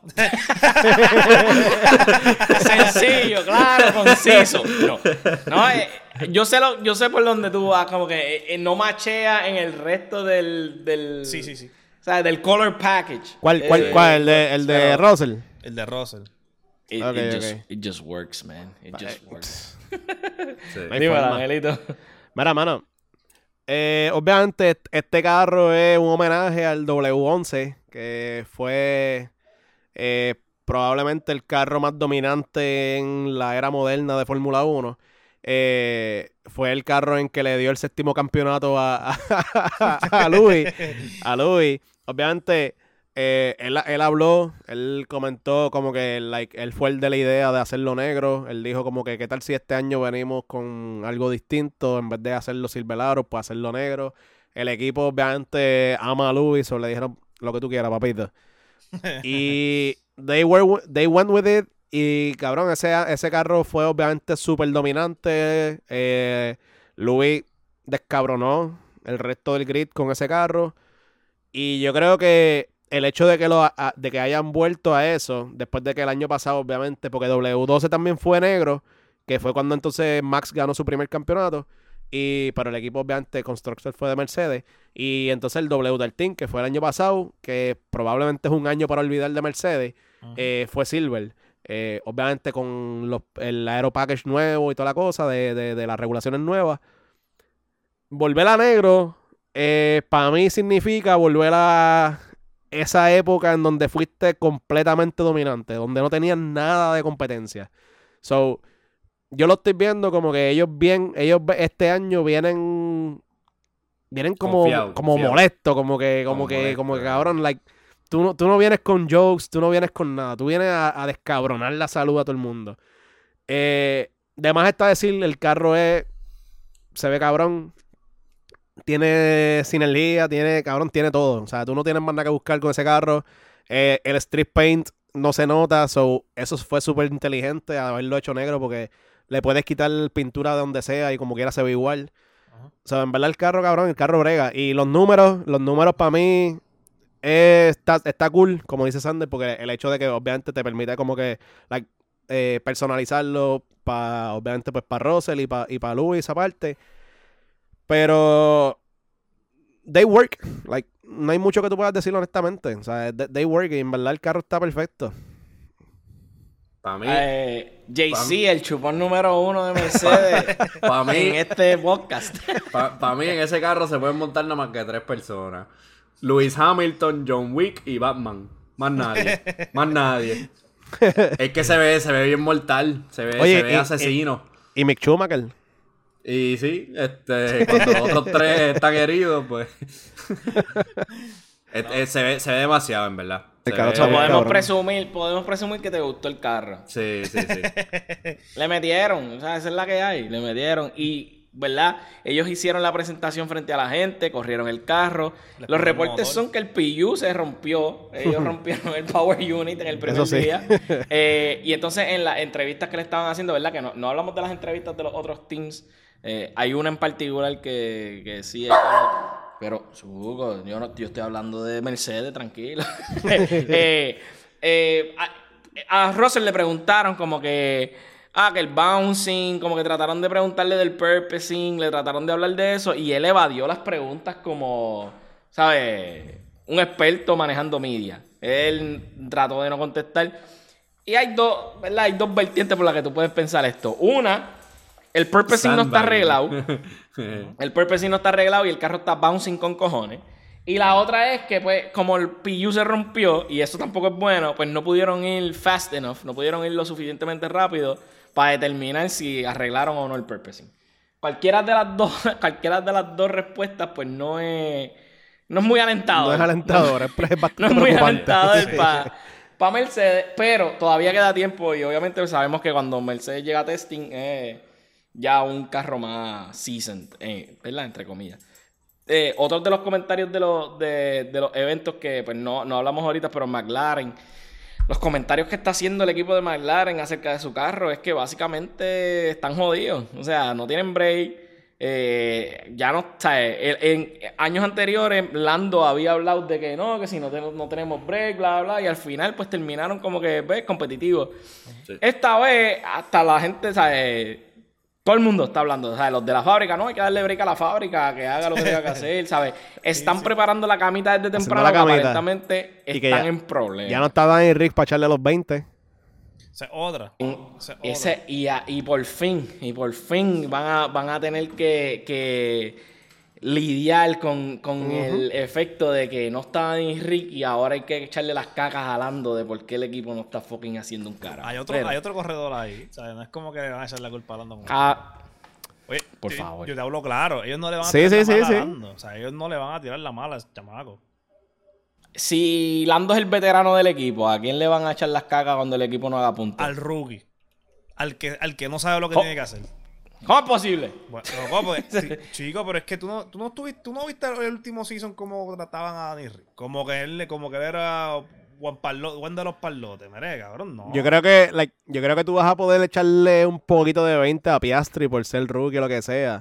Sencillo, claro, conciso. No, no eh, yo, sé lo, yo sé por dónde tú vas, como que eh, no machea en el resto del, del... Sí, sí, sí. O sea, del color package. ¿Cuál, cuál, Eh, cuál? ¿El de, el de pero- Russell? El de Russell. It, Ok, it just, ok. it just works, man. It just works. Sí. hay Dímelo, forma. Angelito. Mira, mano. Eh, obviamente, est- este carro es un homenaje al W once, que fue eh, probablemente el carro más dominante en la era moderna de Fórmula uno. Eh, fue el carro en que le dio el séptimo campeonato a, a, a Louis. A Louis. Obviamente, eh, él, él habló, él comentó como que like, él fue el de la idea de hacerlo negro. Él dijo como que qué tal si este año venimos con algo distinto, en vez de hacerlo silver arrow, pues hacerlo negro. El equipo obviamente ama a Louis, o le dijeron lo que tú quieras, papito. Y they were they went with it. Y cabrón, ese, ese carro fue obviamente súper dominante. Eh, Louis descabronó el resto del grid con ese carro. Y yo creo que el hecho de que, lo, a- de que hayan vuelto a eso, después de que el año pasado, obviamente, porque W doce también fue negro, que fue cuando entonces Max ganó su primer campeonato. Y pero el equipo, obviamente, Constructor fue de Mercedes. Y entonces el W trece, que fue el año pasado, que probablemente es un año para olvidar de Mercedes, Ujú. eh, fue Silver. Eh, obviamente con los, el aero package nuevo y toda la cosa de, de, de las regulaciones nuevas. Volver a negro, eh, para mí significa volver a esa época en donde fuiste completamente dominante, donde no tenías nada de competencia. So, yo lo estoy viendo como que ellos bien, ellos ve- este año vienen, vienen como, Confiado, como confiado. molestos, como que, como, Como que, molesto, como que ¿verdad? cabrón, like, tú no, tú no vienes con jokes, tú no vienes con nada, tú vienes a, a descabronar la salud a todo el mundo. Eh, de más está decir, el carro es, se ve cabrón, tiene sinergia, tiene, cabrón, tiene todo. O sea, tú no tienes más nada que buscar con ese carro. Eh, el street paint no se nota, so, eso fue súper inteligente haberlo hecho negro porque le puedes quitar pintura de donde sea y como quiera se ve igual. Ajá. O sea, en verdad el carro, cabrón, el carro brega. Y los números, los números para mí eh, está, está cool, como dice Sander, porque el hecho de que obviamente te permite como que like, eh, personalizarlo para, obviamente, pues para Russell y para y pa Louis aparte. Pero they work. Like, no hay mucho que tú puedas decir honestamente. O sea, they, they work y en verdad el carro está perfecto. Para mí, Eh, Pa' Jay-Z, el chupón número uno de Mercedes pa' mí, en este podcast. Para mí en ese carro se pueden montar nada más que tres personas. Lewis Hamilton, John Wick y Batman. Más nadie. Más nadie. Es que se ve, se ve bien mortal. Se ve, Oye, se ve y- asesino. Y Mick Schumacher. Y sí, este, cuando los otros tres están heridos, pues. Es- es- se, ve, se ve demasiado, en verdad. Se El carro ve- está podemos cabrón. presumir, podemos presumir que te gustó el carro. Sí, sí, sí. Le metieron, o sea, esa es la que hay, le metieron. Y, ¿verdad? Ellos hicieron la presentación frente a la gente, corrieron el carro. Les Los pusieron reportes motor. son que el P U se rompió. Ellos rompieron el Power Unit en el primer Eso sí. día. Eh, y entonces en las entrevistas que le estaban haciendo, ¿verdad? Que no, no hablamos de las entrevistas de los otros teams. Eh, hay una en particular que, que sí es como- pero, Suco, yo, no, yo estoy hablando de Mercedes, tranquilo. eh, eh, a, a Russell le preguntaron como que, ah, que el bouncing, como que trataron de preguntarle del purposing, le trataron de hablar de eso, y él evadió las preguntas como, ¿sabes? Un experto manejando media. Él trató de no contestar. Y hay dos, ¿verdad? Hay dos vertientes por las que tú puedes pensar esto. Una, el purposing no está Sandbag. arreglado. El purposing no está arreglado y el carro está bouncing con cojones. Y la otra es que, pues, como el P U se rompió, y eso tampoco es bueno, pues no pudieron ir fast enough, no pudieron ir lo suficientemente rápido para determinar si arreglaron o no el purposing. Cualquiera de las dos, cualquiera de las dos respuestas, pues no es, no es muy alentador. No es alentador, es, es bastante No es muy preocupante. alentador para pa Mercedes, pero todavía queda tiempo y obviamente sabemos que cuando Mercedes llega a testing es ya un carro más seasoned, eh, ¿verdad? Entre comillas. Eh, otros de los comentarios de los, de, de los eventos que pues no, no hablamos ahorita, pero McLaren, los comentarios que está haciendo el equipo de McLaren acerca de su carro es que básicamente están jodidos. O sea, no tienen break. Eh, ya no, o sea, en, en años anteriores Lando había hablado de que no, que si no, ten- no tenemos break, bla, bla, bla, y al final pues terminaron como que, ves, competitivos. Sí. Esta vez, hasta la gente, ¿sabes? Todo el mundo está hablando, ¿sabes? Los de la fábrica, no, hay que darle break a la fábrica, que haga lo que tenga que hacer, ¿sabes? Están preparando la camita desde Haciendo temprano, la pero camita. aparentemente Y que están ya- en problemas. Ya no está Danny Rick para echarle los veinte. Esa es otra. Esa es otra. Ese, y, a- y por fin, y por fin van a, van a tener que, que lidiar con, con el efecto de que no está Danny Rick y ahora hay que echarle las cacas a Lando de por qué el equipo no está fucking haciendo un carajo. Hay otro, Pero, hay otro corredor ahí. ¿Sabes? No es como que le van a echar la culpa a Lando. como- ah, Oye, por yo, favor. Yo te hablo claro. Ellos no le van a Sí, tirar sí, la sí, mala sí. a Lando. O sea, ellos no le van a tirar la mala a ese chamaco. si Lando es el veterano del equipo, ¿a quién le van a echar las cacas cuando el equipo no haga puntos? Al rookie. Al que, al que no sabe lo que Jo- tiene que hacer. ¿Cómo es posible? Bueno, loco, pues, sí, chico, pero es que tú no, tú no estuviste, tú no viste el último season cómo trataban a Danny Rick. Como que él, como que él era Juan, Parlo- Juan de los Parlotes, mire, cabrón, no. Yo creo que like, yo creo que tú vas a poder echarle un poquito de veinte a Piastri por ser rookie o lo que sea.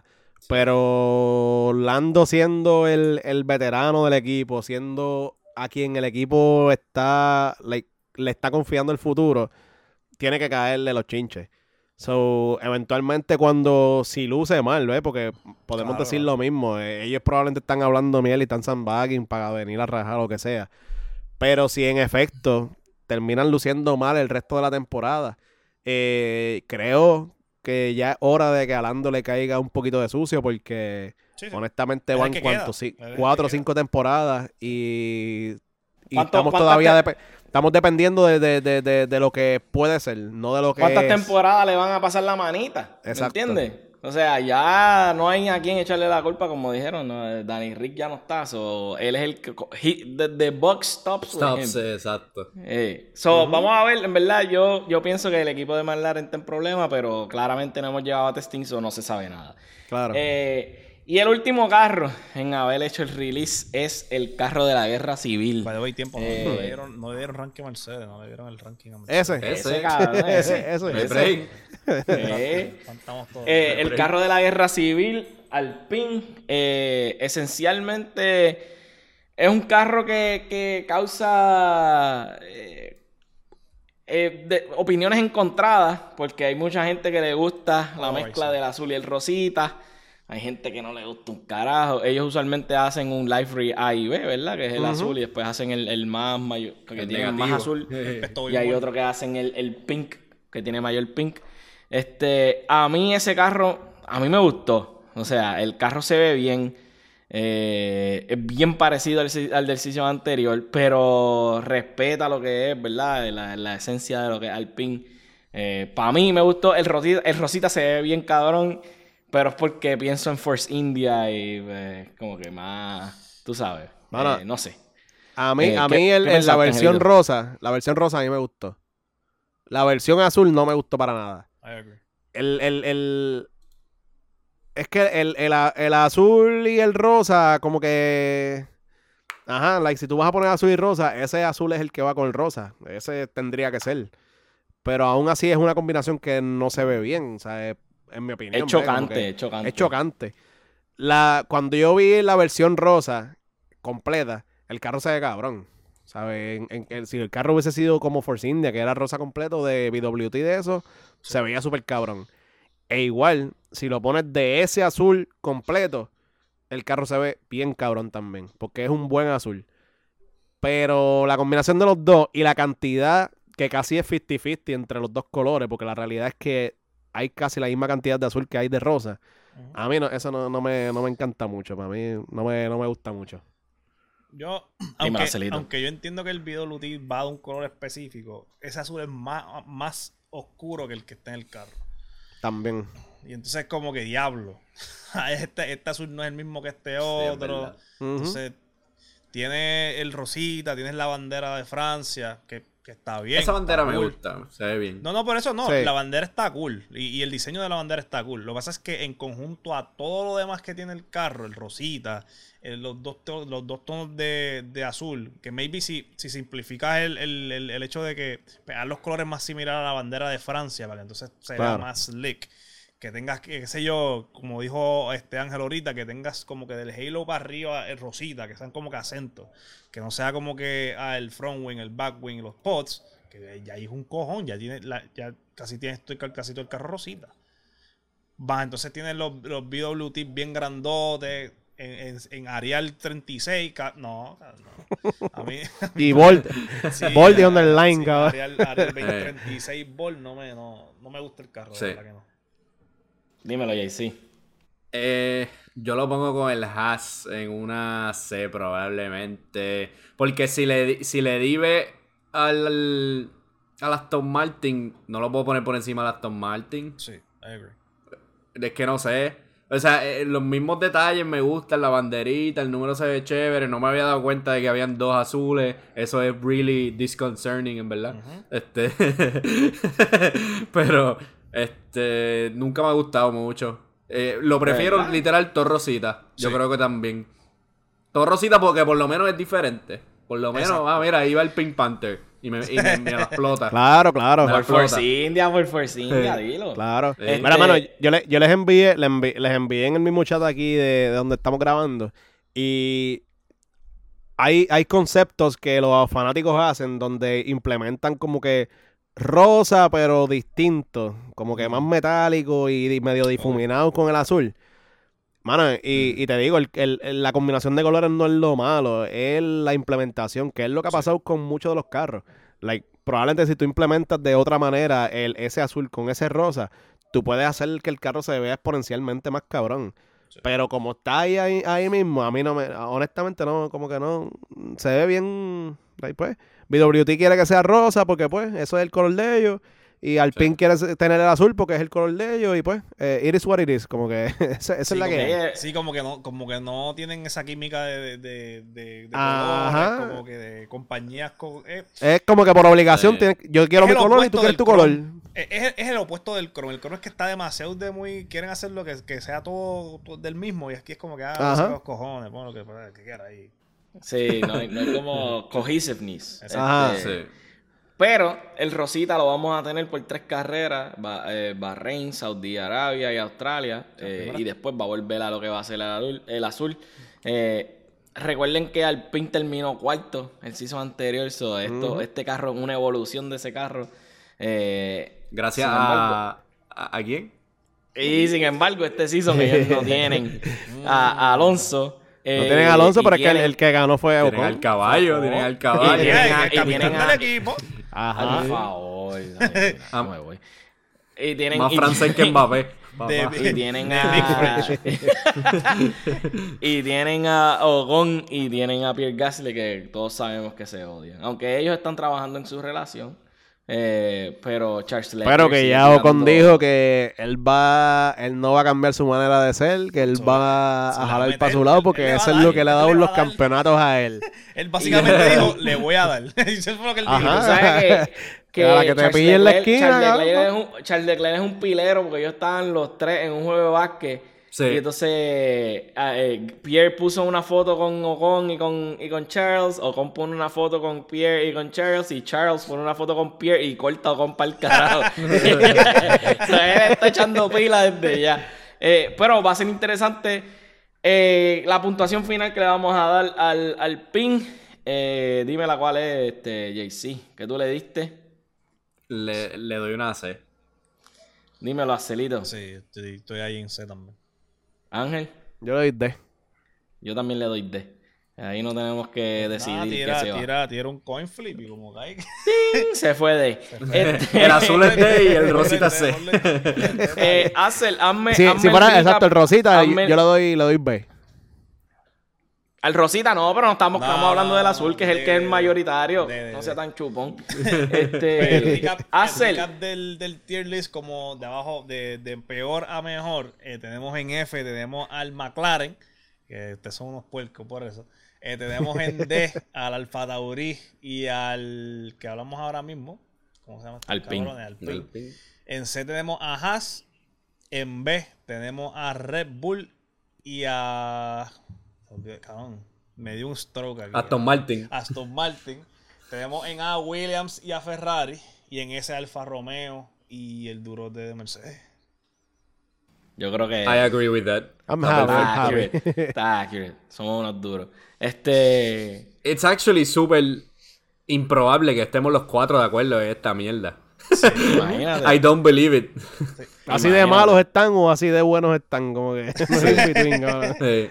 Pero Lando siendo el, el veterano del equipo, siendo a quien el equipo está like, le está confiando el futuro, tiene que caerle los chinches. So, eventualmente cuando si luce mal, ¿ves? Porque podemos Claro, decir claro. lo mismo. eh, Ellos probablemente están hablando miel y están sandbagging para venir a rajar o lo que sea. Pero si en efecto terminan luciendo mal el resto de la temporada, eh, creo que ya es hora de que a Lando le caiga un poquito de sucio porque Sí, sí. honestamente Es el van que cuántos, queda. sí, Es el cuatro o que cinco temporadas y, y ¿Cuánto- estamos cuántas todavía te- depe- estamos dependiendo de, de, de, de, de lo que puede ser, no de lo que ¿Cuántas es. temporadas le van a pasar la manita? ¿Me Exacto. entiendes? O sea, ya no hay a quien echarle la culpa, como dijeron. ¿no? Danny Rick ya no está. So, él es el que. co- he- the, the buck stops with Stop, him. sí, exacto. Eh, so, vamos a ver, en verdad, yo, yo pienso que el equipo de McLaren está en problema, pero claramente no hemos llegado a testing, so no se sabe nada. Claro. Eh, y el último carro en haber hecho el release es el carro de la guerra civil. By the way, tiempo, no, Eh. no le dieron, no le dieron ranking a Mercedes, no le dieron el ranking a Mercedes. ese, Ese. Ese cabrón, ese. ese, ese. No hay break. Eh, Estamos todos. Eh, el carro de la guerra civil, Alpine, eh, esencialmente es un carro que, que causa eh, eh, de- opiniones encontradas, porque hay mucha gente que le gusta la Oh, mezcla sí. del azul y el rosita. Hay gente que no le gusta un carajo. Ellos usualmente hacen un Livery A y B, ¿verdad? Que es el azul y después hacen el, el más mayor, que El tiene más negativo. azul. Estoy Y hay bueno. otro que hacen el, el pink, que tiene mayor pink. Este, a mí ese carro, a mí me gustó. O sea, el carro se ve bien. eh, es bien parecido al, si- al del sitio anterior, pero respeta lo que es, ¿verdad? La, la esencia de lo que es Alpine. Eh, para mí me gustó. El Rosita, el Rosita se ve bien cabrón, pero es porque pienso en Force India y eh, como que más, tú sabes. Mano, eh, no sé. A mí, Eh, a ¿qué- mí el- qué el- la pensaste, versión Angelito? rosa, la versión rosa a mí me gustó. La versión azul no me gustó para nada. I agree. El, el, el- es que el, el, a- el azul y el rosa, como que. Ajá, like, si tú vas a poner azul y rosa, ese azul es el que va con el rosa. Ese tendría que ser. Pero aún así es una combinación que no se ve bien, o sea, es- en mi opinión. Es ¿ves? Como chocante, que es chocante. Es chocante. La, cuando yo vi la versión rosa completa, el carro se ve cabrón. ¿Sabes? En- en- en- si el carro hubiese sido como Force India, que era rosa completo de B W T y de eso, se veía súper cabrón. E igual, si lo pones de ese azul completo, el carro se ve bien cabrón también, porque es un buen azul. Pero la combinación de los dos y la cantidad, que casi es cincuenta cincuenta entre los dos colores, porque la realidad es que hay casi la misma cantidad de azul que hay de rosa. Ujú. A mí no, eso no, no, me, no me encanta mucho, para mí no me, no me gusta mucho. Yo, Dímelo, aunque, Celito. aunque yo entiendo que el B W T va de un color específico, ese azul es más, más oscuro que el que está en el carro. También. Y entonces es como que diablo. Este, este azul no es el mismo que este es otro. verdad. Ujú. Entonces, tiene el rosita, tienes la bandera de Francia, que, que está bien. Esa bandera está me cool. gusta, se ve bien. No, no, por eso no. Sí. La bandera está cool. Y, y el diseño de la bandera está cool. Lo que pasa es que en conjunto a todo lo demás que tiene el carro, el rosita, eh, los, dos to- los dos tonos de, de azul, que maybe si, si simplificas el, el, el, el hecho de que pegar los colores más similares a la bandera de Francia, para que entonces se vea Claro. más slick. que tengas, qué sé yo, como dijo este Ángel ahorita, que tengas como que del halo para arriba el rosita, que sean como que acentos, que no sea como que ah, el front wing, el back wing, los pods, que ya ahí es un cojón, ya tiene la, ya casi tienes casi todo el carro rosita. Va, entonces tienes los, los B W T bien grandotes. En, en, en Arial treinta y seis, no, no. A mí, y Bolt, sí, Bolt y Underline, sí, cabrón. Arial, Arial veinte treinta y seis Bolt no me, no, no me gusta el carro, Sí. de verdad que no. Dímelo, Jay-Z. Eh, yo lo pongo con el Haas en una C probablemente. Porque si le, si le dive al, al, al Aston Martin, no lo puedo poner por encima del Aston Martin. Sí, I agree. Es que no sé. O sea, eh, los mismos detalles me gustan, la banderita, el número se ve chévere. No me había dado cuenta de que habían dos azules. Eso es really disconcerting, en verdad. Uh-huh. Este. Pero, este. Nunca me ha gustado mucho. Eh, lo prefiero ¿verdad? Literal Torrosita. Yo sí. creo que también. Torrosita porque por lo menos es diferente. Por lo menos, exacto. Ah, mira, ahí va el Pink Panther. Y me, y me, me la explota. Claro, claro. Por Force India, por Force India, dilo. Claro. Este... Mira, mano, yo, le, yo les envié, les envié, les envié en el mismo chat aquí de, de donde estamos grabando. Y hay, hay conceptos que los fanáticos hacen donde implementan como que rosa, pero distinto. Como que más metálico y, y medio difuminado con el azul. Mano, y, y te digo, el, el, la combinación de colores no es lo malo, es la implementación, que es lo que ha pasado sí. con muchos de los carros. Like, probablemente si tú implementas de otra manera el ese azul con ese rosa, tú puedes hacer que el carro se vea exponencialmente más cabrón. Sí. Pero como está ahí, ahí ahí mismo, a mí no me, honestamente no, como que no, se ve bien, like, pues. B W T quiere que sea rosa porque pues eso es el color de ellos. Y Alpine sí. quiere tener el azul porque es el color de ellos y pues, eh, it is what it is, como que esa, esa sí, es la que es. es. Sí, como que no, como que no tienen esa química de, de, de, de colores, como que de compañías. Con, eh. Es como que por obligación, sí. tienes, yo quiero mi color y tú quieres tu color. Es, es, es el opuesto del Chrome. El Chrome es que está demasiado de muy, quieren hacer lo que, que sea todo, todo del mismo y aquí es como que, ah, los cojones, pon lo que, que quiera ahí. Sí, no hay, no hay como cohesiveness. Ajá, este, sí. Pero el rosita lo vamos a tener por tres carreras, ba- eh, Bahrein, Saudi Arabia y Australia, eh, y después va a volver a lo que va a ser el azul. El azul. Eh, recuerden que Alpine terminó cuarto el season anterior, so esto, uh-huh. este carro es una evolución de ese carro. Eh, Gracias a, a... ¿A quién? Y sin embargo, este season ellos no tienen a, a Alonso. No eh, tienen a Alonso, pero es que el, el que ganó fue Ocon. Tienen al caballo, tienen al caballo. Y tienen a, y tienen a, al equipo. Ajá. Por favor. No me voy. Y tienen, más y, francés que Mbappé. De, y tienen a... y tienen a Ocon y tienen a Pierre Gasly, que todos sabemos que se odian. Aunque ellos están trabajando en su relación. Eh, pero Charles Leclerc pero que ya Ocon dijo que él va él no va a cambiar su manera de ser, que él so, va a jalar para su lado porque eso es lo que le ha dado los campeonatos a él. Él básicamente dijo, le voy a dar. Eso es lo que él dijo. Ajá. ¿Sabes que, que, que, que te pille en la esquina? Charles Leclerc, es un, Charles Leclerc es un pilero porque ellos estaban los tres en un juego de básquet. Sí. Y entonces eh, Pierre puso una foto con Ocon y con, y con Charles. Ocon pone una foto con Pierre y con Charles. Y Charles pone una foto con Pierre y corta a Ocon para el carajo. O sea, él está echando pila desde ya. Eh, pero va a ser interesante eh, la puntuación final que le vamos a dar al, al pin. Eh, dime la cuál es, este, Jay-Z. ¿Qué tú le diste? Le, le doy una C. Dímelo, Acelito. Sí, estoy, estoy ahí en C también. Ángel. Yo le doy D. Yo también le doy D. Ahí no tenemos que decidir. Ah, tira, qué se va. tira, tira un coin flip y como cae. Se fue D. Este... El azul es D y el rosita C. eh, Acel, hazme. Sí, hazme si fuera el exacto el rosita, hazme... yo, yo le doy, le doy B. Al rosita no, pero no estamos, no, estamos hablando del azul, que es de, el que es el mayoritario. De, de, no sea tan chupón. este, el recap, el recap del, del tier list, como de abajo, de, de peor a mejor, eh, tenemos en F, tenemos al McLaren, que ustedes son unos puercos por eso. Eh, tenemos en D al Alfa Tauri y al que hablamos ahora mismo. ¿Cómo se llama? Alpine. Alpine. En C tenemos a Haas. En B tenemos a Red Bull y a... Cabrón, me dio un stroke aquí. Aston Martin. Aston Martin. Tenemos en A Williams y a Ferrari. Y en ese Alfa Romeo y el duro de Mercedes. Yo creo que... I agree with that. I'm Está happy, Está I'm happy. accurate. Está accurate. Somos unos duros. Este... It's actually súper improbable que estemos los cuatro de acuerdo en esta mierda. Imagínate. I don't believe it. Así de Imagínate. malos están o así de buenos están, como que no hay in between, cabrón. Sí.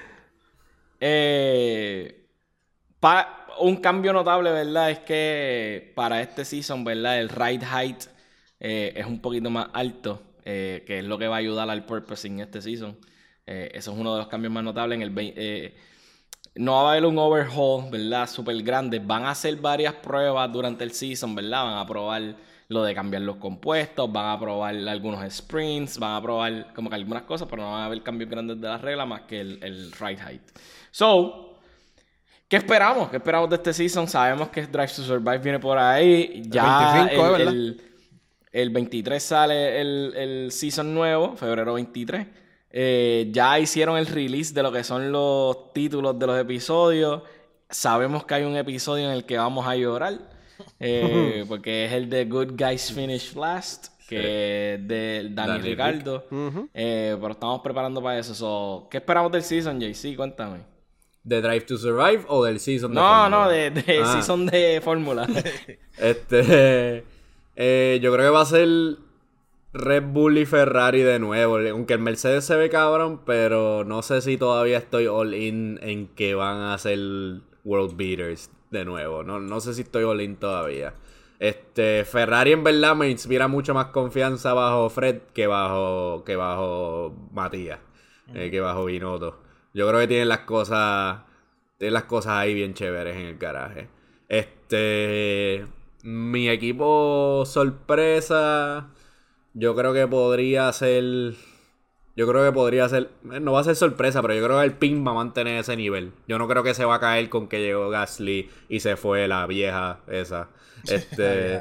Eh, pa- un cambio notable, ¿verdad? Es que para este season, ¿verdad? El ride height eh, es un poquito más alto, eh, que es lo que va a ayudar al purposing este season. Eh, eso es uno de los cambios más notables. En el vei- eh, no va a haber un overhaul, ¿verdad? Súper grande. Van a hacer varias pruebas durante el season, ¿verdad? Van a probar lo de cambiar los compuestos, van a probar algunos sprints, van a probar como que algunas cosas, pero no van a haber cambios grandes de las reglas más que el, el ride height. So, ¿qué esperamos? ¿Qué esperamos de este season? Sabemos que Drive to Survive viene por ahí. Ya veinticinco, el, ¿eh, verdad? el, el veintitrés sale el, el season nuevo, febrero veintitrés. Eh, ya hicieron el release de lo que son los títulos de los episodios. Sabemos que hay un episodio en el que vamos a llorar. Eh, porque es el de Good Guys Finish Last, que es de Dani Dani Ricardo. Ujú. Eh, pero estamos preparando para eso. So, ¿qué esperamos del season, J C? Cuéntame. ¿De Drive to Survive o del season de No, Fórmula? no, de, de Ah. season de Fórmula. Este, eh, yo creo que va a ser Red Bull y Ferrari de nuevo. Aunque el Mercedes se ve cabrón, pero no sé si todavía estoy all in en que van a ser World Beaters de nuevo. No, no sé si estoy all in todavía. Este, Ferrari en verdad me inspira mucho más confianza bajo Fred que bajo, que bajo Matías, eh, que bajo Binotto. Yo creo que tienen las cosas, tienen las cosas ahí bien chéveres en el garaje. Este, mi equipo sorpresa, yo creo que podría ser, yo creo que podría ser, no va a ser sorpresa, pero yo creo que el pin va a mantener ese nivel. Yo no creo que se va a caer con que llegó Gasly y se fue la vieja esa. Este,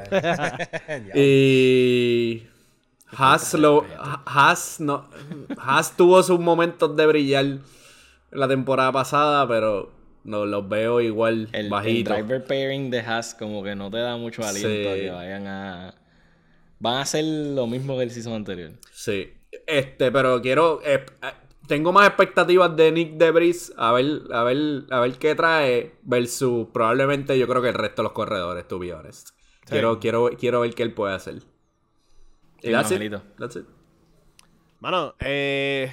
y Haas, lo, Haas, no, Haas tuvo sus momentos de brillar la temporada pasada, pero no los veo igual El, el bajito. driver pairing de Haas como que no te da mucho aliento Sí. a que vayan a... Van a hacer lo mismo que el season anterior. Sí, este, pero quiero, eh, eh, tengo más expectativas de Nick Debris a ver, a ver, a ver qué trae versus probablemente yo creo que el resto de los corredores, to be honest. Quiero, quiero, quiero ver qué él puede hacer. Y Sí, that's it. Angelito. That's it. Mano, eh,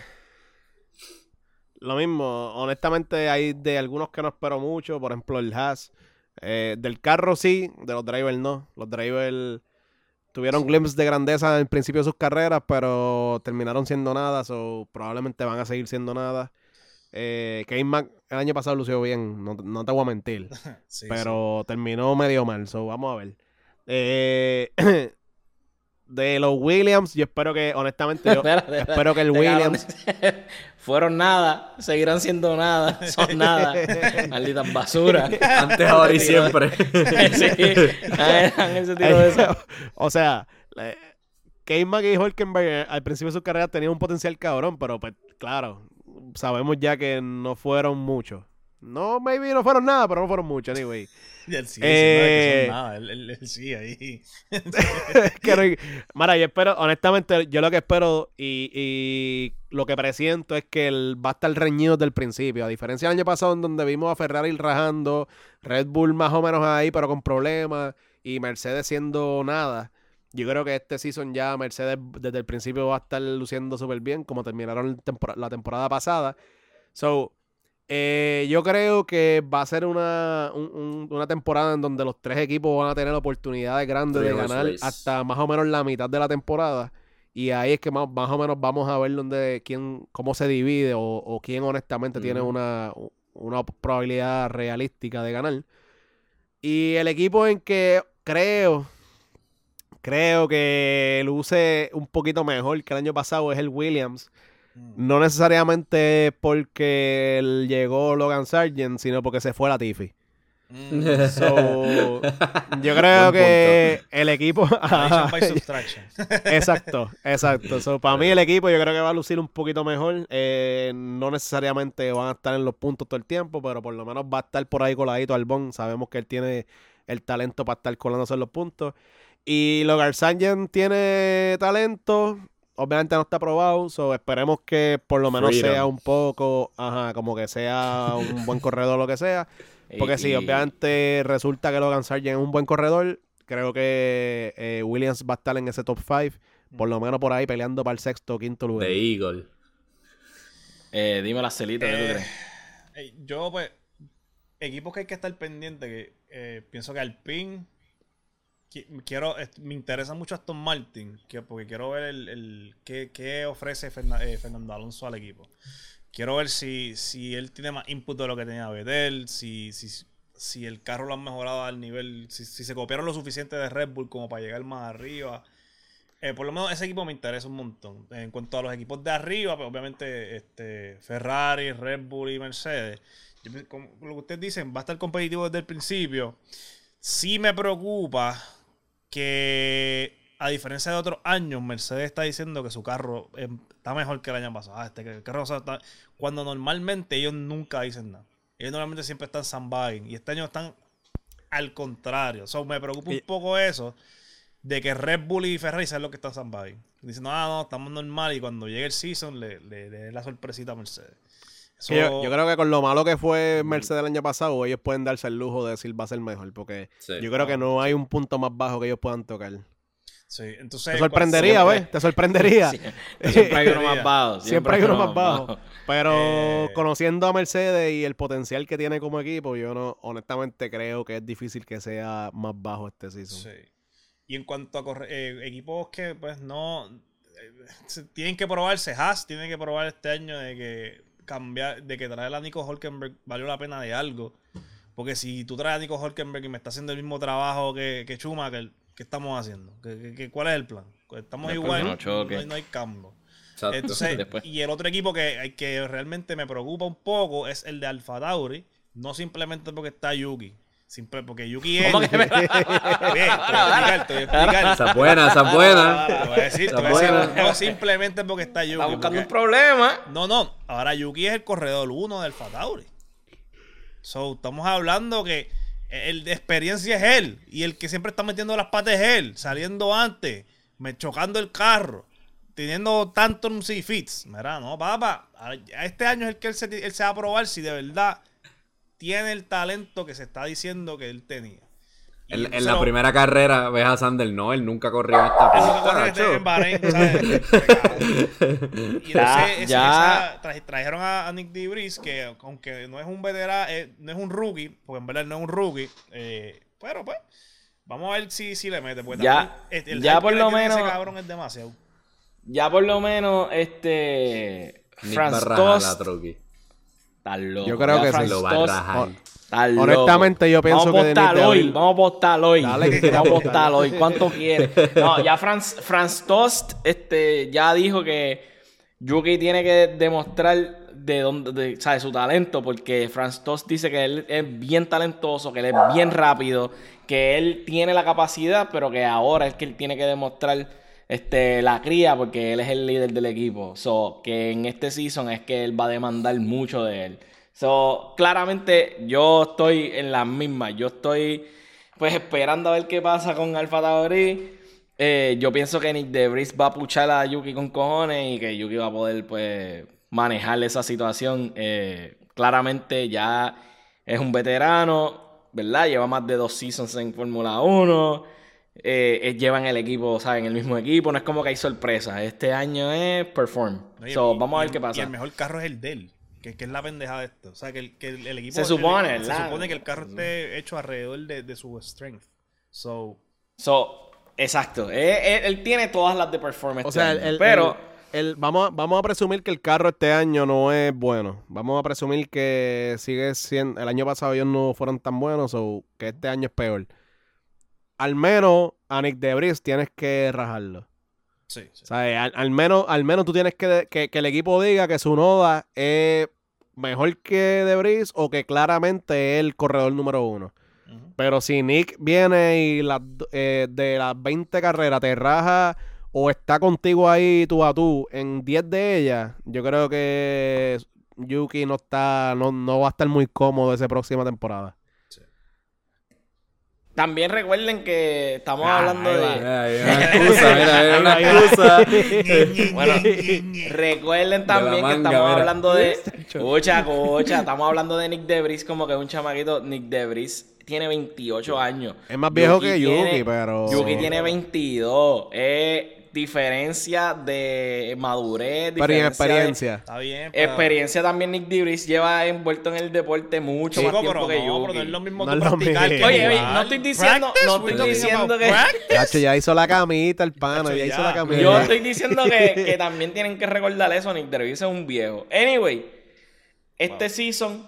lo mismo. Honestamente, hay de algunos que no espero mucho. Por ejemplo, el Haas. Eh, del carro sí, de los drivers no. Los drivers tuvieron glimpses de grandeza en principio de sus carreras, pero terminaron siendo nada. So, probablemente van a seguir siendo nada. Eh, K-Mac el año pasado lució bien, no, no te voy a mentir. Sí, pero terminó medio mal, so vamos a ver. Eh, de los Williams, yo espero que, honestamente, yo Espérate, espero que el Te Williams... cabrón. Fueron nada, seguirán siendo nada, son nada. Malditas basuras. Antes, ahora y siempre. Sí, hagan ese tiro de eso. O sea, eh, K-Mac y Hülkenberg eh, al principio de su carrera tenían un potencial cabrón, pero pues claro, sabemos ya que no fueron muchos. No, maybe no fueron nada, pero no fueron muchos, anyway. Y él sigue Eh, diciendo que son nada. Él, él, él sigue ahí. Que no- Mara, yo espero, honestamente, yo lo que espero y, y lo que presiento es que él va a estar reñido desde el principio. A diferencia del año pasado, en donde vimos a Ferrari rajando, Red Bull más o menos ahí, pero con problemas, y Mercedes siendo nada. Yo creo que este season ya Mercedes desde el principio va a estar luciendo súper bien, como terminaron el tempora- la temporada pasada. So, eh, yo creo que va a ser una, un- un- una temporada en donde los tres equipos van a tener oportunidades grandes de Three horse ganar race. hasta más o menos la mitad de la temporada. Y ahí es que más, más o menos vamos a ver dónde, quién, cómo se divide o, o quién honestamente tiene Ujú. una, una probabilidad realística de ganar. Y el equipo en que creo, creo que luce un poquito mejor que el año pasado es el Williams. No necesariamente porque él llegó Logan Sargent, sino porque se fue Latifi. Mm. So, yo creo Buen que el equipo... Addition by subtraction. Exacto, exacto. So, para mí el equipo yo creo que va a lucir un poquito mejor. Eh, no necesariamente van a estar en los puntos todo el tiempo, pero por lo menos va a estar por ahí coladito Albon. Sabemos que él tiene el talento para estar colándose en los puntos. Y Logan Sargent tiene talento. obviamente no está aprobado, so esperemos que por lo menos Freedom. sea un poco, ajá, como que sea un buen corredor o lo que sea. Porque Y- si y- obviamente resulta que Logan Sargent es un buen corredor, creo que eh, Williams va a estar en ese top cinco, por lo menos por ahí peleando para el sexto o quinto lugar. De Eagle. Eh, dime la celita, ¿qué tú Eh, crees? eh, yo, pues, equipos que hay que estar pendiente, que eh, pienso que Alpine, qui- quiero, est- me interesa mucho Aston Martin, que, porque quiero ver el, el qué, qué ofrece Ferna- eh, Fernando Alonso al equipo. Quiero ver si, si él tiene más input de lo que tenía Vettel, si, si, si el carro lo han mejorado al nivel, si, si se copiaron lo suficiente de Red Bull como para llegar más arriba. Eh, por lo menos ese equipo me interesa un montón. En cuanto a los equipos de arriba, pues obviamente este, Ferrari, Red Bull y Mercedes. Yo, como lo que ustedes dicen, va a estar competitivo desde el principio. Sí me preocupa que, a diferencia de otros años, Mercedes está diciendo que su carro eh, está mejor que el año pasado. Ah, este, que el carro está, cuando normalmente ellos nunca dicen nada. Ellos normalmente siempre están sandbagging. Y este año están al contrario. So, me preocupa un poco eso. De que Red Bull y Ferrari saben lo que están sandbagging. Dicen, no, no, estamos normal. Y cuando llegue el season, le, le, le dé la sorpresita a Mercedes. Que yo, yo creo que con lo malo que fue Mercedes el año pasado, ellos pueden darse el lujo de decir va a ser mejor. Porque Sí. yo creo que no hay un punto más bajo que ellos puedan tocar. Sí, entonces. Te sorprendería, cuando- ¿ves? Te sorprendería. Siempre hay uno más bajo. Siempre hay uno más bajo. Pero Eh. conociendo a Mercedes y el potencial que tiene como equipo, yo no, honestamente creo que es difícil que sea más bajo este season. Sí. Y en cuanto a corre- eh, equipos que, pues, no. eh, se- tienen que probarse. Haas tiene que probar este año de que cambiar, de que traer a Nico Hülkenberg valió la pena de algo. Porque si tú traes a Nico Hülkenberg y me está haciendo el mismo trabajo que, que Schumacher, ¿qué estamos haciendo? ¿Qué, qué- qué- cuál es el plan? Estamos Después igual, que no no, choque. hay, no hay cambio. Exacto. Entonces, Después. y el otro equipo que, que realmente me preocupa un poco es el de Alfa Tauri. No simplemente porque está Yuki. Simple porque Yuki es. ¿Cómo que me- Bien, te voy a explicar, te voy a explicar. Esa es buena, esa es buena. Te voy a decir, te Esa voy a buena. decir, no simplemente porque está Yuki. Está buscando un porque- problema. No, no. Ahora Yuki es el corredor uno del Alfa Tauri. So, estamos hablando que el de experiencia es él. Y el que siempre está metiendo las patas es él. Saliendo antes. Me chocando el carro. Teniendo tantos y fits. Mira, no, papá. A este año es el que él se, él se va a probar si de verdad tiene el talento que se está diciendo que él tenía. Y En, en entonces la lo- primera carrera ves a Sander, no, él nunca corrió en esta Eso pista. corre que esté macho. en Bahrein, ¿sabes? Y Ya, entonces ese- ya. esa- tra- trajeron a, a Nick DeVries, que aunque no es un veterano, eh, no es un rookie, porque en verdad no es un rookie, eh, pero pues, vamos a ver si, si le mete. Porque Ya- también, eh, el ya hype por que le lo tiene ese menos- cabrón es demasiado. Ya por lo menos, este. Nick Franz va a rajar la Tost. truqui. Está loco. Yo creo Ya que sí. Franz Lo va a Tost rajar. está loco. Honestamente, yo pienso vamos que a postar Denis hoy, Deville- vamos a postar hoy. Dale, vamos que a queremos postar hoy. ¿Cuánto quiere? No, ya Franz, Franz Tost este, ya dijo que Yuki tiene que demostrar de dónde, de, sabe, su talento, porque Franz Tost dice que él es bien talentoso, que él es bien rápido, que él tiene la capacidad, pero que ahora es que él tiene que demostrar este, la cría, porque él es el líder del equipo. So, que en este season es que él va a demandar mucho de él. So, claramente yo estoy en las mismas. Yo estoy pues esperando a ver qué pasa con Alfa Tauri. Eh, yo pienso que Nick DeVries va a puchar a Yuki con cojones y que Yuki va a poder pues manejar esa situación. Eh, claramente ya es un veterano, ¿verdad? Lleva más de dos seasons en Fórmula uno. Eh, eh, llevan el equipo, ¿saben? El mismo equipo. No es como que hay sorpresas. Este año es perform. ¿No? Y- So, y- vamos a ver y- qué Y pasa. el mejor carro es el de él. Que, que es la pendeja de esto. O sea, que el, que el, el equipo. Se supone, el- se ¿verdad? supone que el carro esté hecho alrededor de, de su strength. So. So, exacto. Él, él- él tiene todas las de performance. O sea, el, este año, el- pero el- el- vamos, a, vamos a presumir que el carro este año no es bueno. Vamos a presumir que sigue siendo. El año pasado ellos no fueron tan buenos, o que este año es peor. Al menos a Nick DeVries tienes que rajarlo. Sí, sí. O sea, al, al menos, al menos tú tienes que, que, que el equipo diga que su Noda es mejor que DeVries o que claramente es el corredor número uno. Ujú. Pero si Nick viene y las, eh, de las veinte carreras te raja o está contigo ahí tú a tú en diez de ellas, yo creo que Yuki no está no, no va a estar muy cómodo esa próxima temporada. También recuerden que estamos Ah, hablando ahí de... va. Ay, una excusa, mira, mira, una excusa. Bueno, recuerden también manga, que estamos mira. hablando de... Cocha, cocha, estamos hablando de Nick DeVries como que es un chamaquito. Nick DeVries tiene veintiocho años. Es más viejo que tiene- Yuki, pero- Yuki tiene veintidós. Es diferencia de madurez, Pero y en diferencia de- experiencia. Está bien. pero- Experiencia también. Nick DeVries lleva envuelto en el deporte mucho Chico, más tiempo pero que no, Yuki. pero no es lo mismo No tú es lo practicar mismo. que Oye, oye, jugar. no estoy diciendo- Practice, no we're estoy talking diciendo about que- practice. Chacho, ya hizo la camita, el pana, Chacho, ya, ya. hizo la camita. Yo estoy diciendo que, que también tienen que recordar eso. Nick DeVries es un viejo. Anyway, este season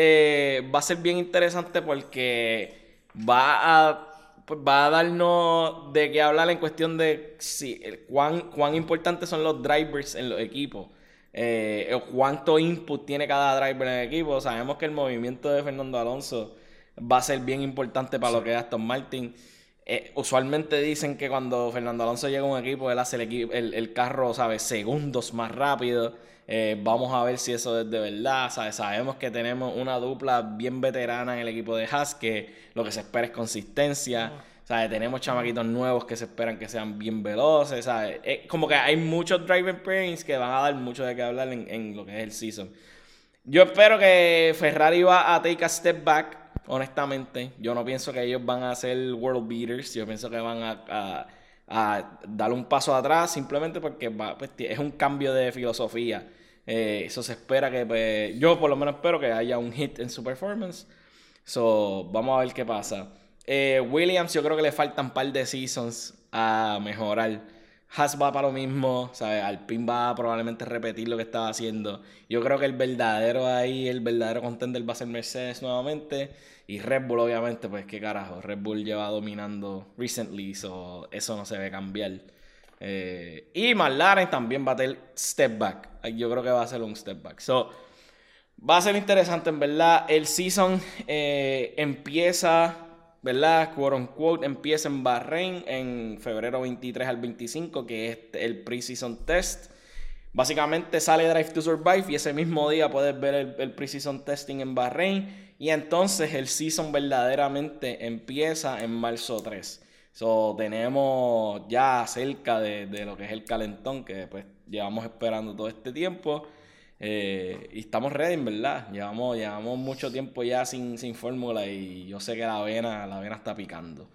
eh, va a ser bien interesante porque va a, pues, va a darnos de qué hablar en cuestión de si, el- cuán, cuán importantes son los drivers en los equipos. Eh, o cuánto input tiene cada driver en el equipo. Sabemos que el movimiento de Fernando Alonso va a ser bien importante para lo que es Aston Martin. Eh, usualmente dicen que cuando Fernando Alonso llega a un equipo, él hace el, equipo, el, el carro, ¿sabes? Segundos más rápido. Eh, vamos a ver si eso es de verdad. ¿Sabes? Sabemos que tenemos una dupla bien veterana en el equipo de Haas, que lo que se espera es consistencia. ¿Sabes? Tenemos chamaquitos nuevos que se esperan que sean bien veloces. ¿Sabes? Eh, como que hay muchos driver pairings que van a dar mucho de qué hablar en, en lo que es el season. Yo espero que Ferrari va a take a step back. Honestamente, yo no pienso que ellos van a ser world beaters. Yo pienso que van a, a, a dar un paso atrás simplemente porque va, pues, es un cambio de filosofía. Eh, eso se espera que, pues, yo por lo menos espero que haya un hit en su performance. So, vamos a ver qué pasa. Eh, Williams, yo creo que le faltan un par de seasons a mejorar. Haas va para lo mismo, ¿sabes? Alpine va a probablemente repetir lo que estaba haciendo. Yo creo que el verdadero ahí, el verdadero contender va a ser Mercedes nuevamente. Y Red Bull, obviamente, pues qué carajo. Red Bull lleva dominando recently, so eso no se ve cambiar. Eh, y McLaren también va a tener step back. Yo creo que va a ser un step back. So, va a ser interesante, en verdad. El season eh, empieza, ¿verdad? Quote unquote, empieza en Bahrein en febrero veintitrés al veinticinco, que es el pre-season test. Básicamente sale Drive to Survive y ese mismo día puedes ver el, el pre-season testing en Bahrein. Y entonces el season verdaderamente empieza en marzo tres. So, tenemos ya cerca de, de lo que es el calentón que pues llevamos esperando todo este tiempo. Eh, y estamos ready, en verdad. Llevamos, llevamos mucho tiempo ya sin, sin fórmula y yo sé que la vena, la vena está picando.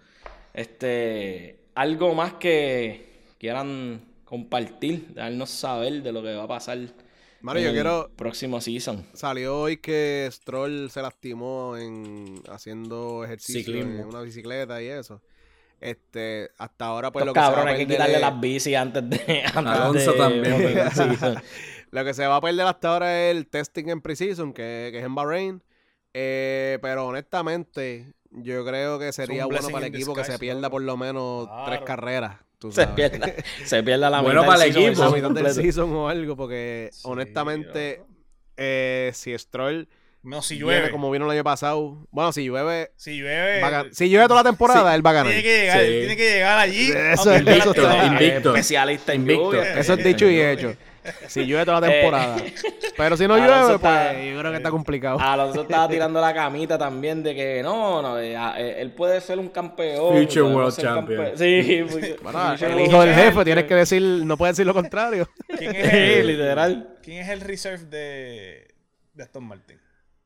Este, algo más que quieran compartir, darnos saber de lo que va a pasar Mario, en yo el quiero... próximo season. Salió hoy que Stroll se lastimó en haciendo ejercicio Ciclismo. en una bicicleta y eso. Este, hasta ahora pues Los lo que se va a cabrones, hay que perder quitarle es- las bicis antes de... Antes Alonso de- también. del season. Lo que se va a perder hasta ahora es el testing en preseason, que, que es en Bahrein. Eh, pero honestamente, yo creo que sería un bueno blessing para el in equipo que se disguise, pierda loco. por lo menos Claro. tres carreras. Tú Se sabes. pierde, se pierde la Bueno mitad para del el season, equipo. La season mitad del completo. season o algo, porque Sí, honestamente, loco. eh, si Stroll No, si viene llueve. como vino el año pasado, bueno, si llueve, Si llueve. va a gan- si llueve toda la temporada, Sí. él va a ganar. Tiene que llegar, Sí. tiene que llegar allí. Eso aunque es- esté eso lastimado. está- Invicto. Especialista en Invicto. lluvia. Eso es dicho y hecho. Si llueve toda la Eh, temporada. Pero si no Alonso llueve, está- pues yo creo que está complicado. Alonso estaba tirando la camita también de que no, no, eh, eh, él puede ser un campeón. Future podemos World ser Champion. campe- Sí, future- Bueno, future el World hijo del jefe, Champion. tienes que decir, no puede decir lo contrario. ¿Quién es Sí, el, literal. ¿Quién es el reserve de, de Aston Martin?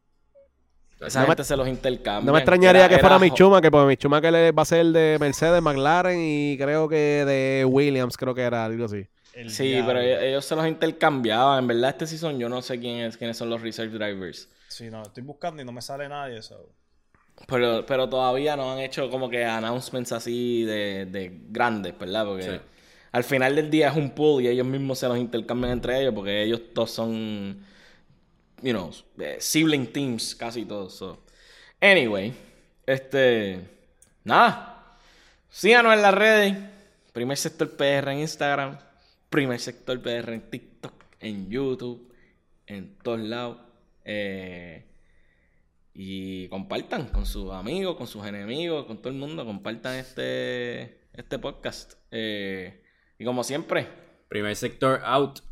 Esa No me- gente se los intercambia. No me extrañaría Era- que fuera era- Michuma, que porque Michuma que le va a ser de Mercedes, McLaren y creo que de Williams, creo que era algo así. El Sí, diablo. pero ellos, ellos se los intercambiaban. En verdad, este season yo no sé quién es, quiénes son los reserve drivers. Sí, no, estoy buscando y no me sale nadie eso. Pero, pero todavía no han hecho como que announcements así de, de grandes, ¿verdad? Porque Sí. al final del día es un pool y ellos mismos se los intercambian entre ellos porque ellos todos son, you know, eh, sibling teams, casi todos. So. Anyway, este, nada, síganos en las redes. Primer Sector P R en Instagram, Primer Sector P R en TikTok, en YouTube, en todos lados. Eh, y compartan con sus amigos, con sus enemigos, con todo el mundo. Compartan este, este podcast. Eh, y como siempre, Primer sector out.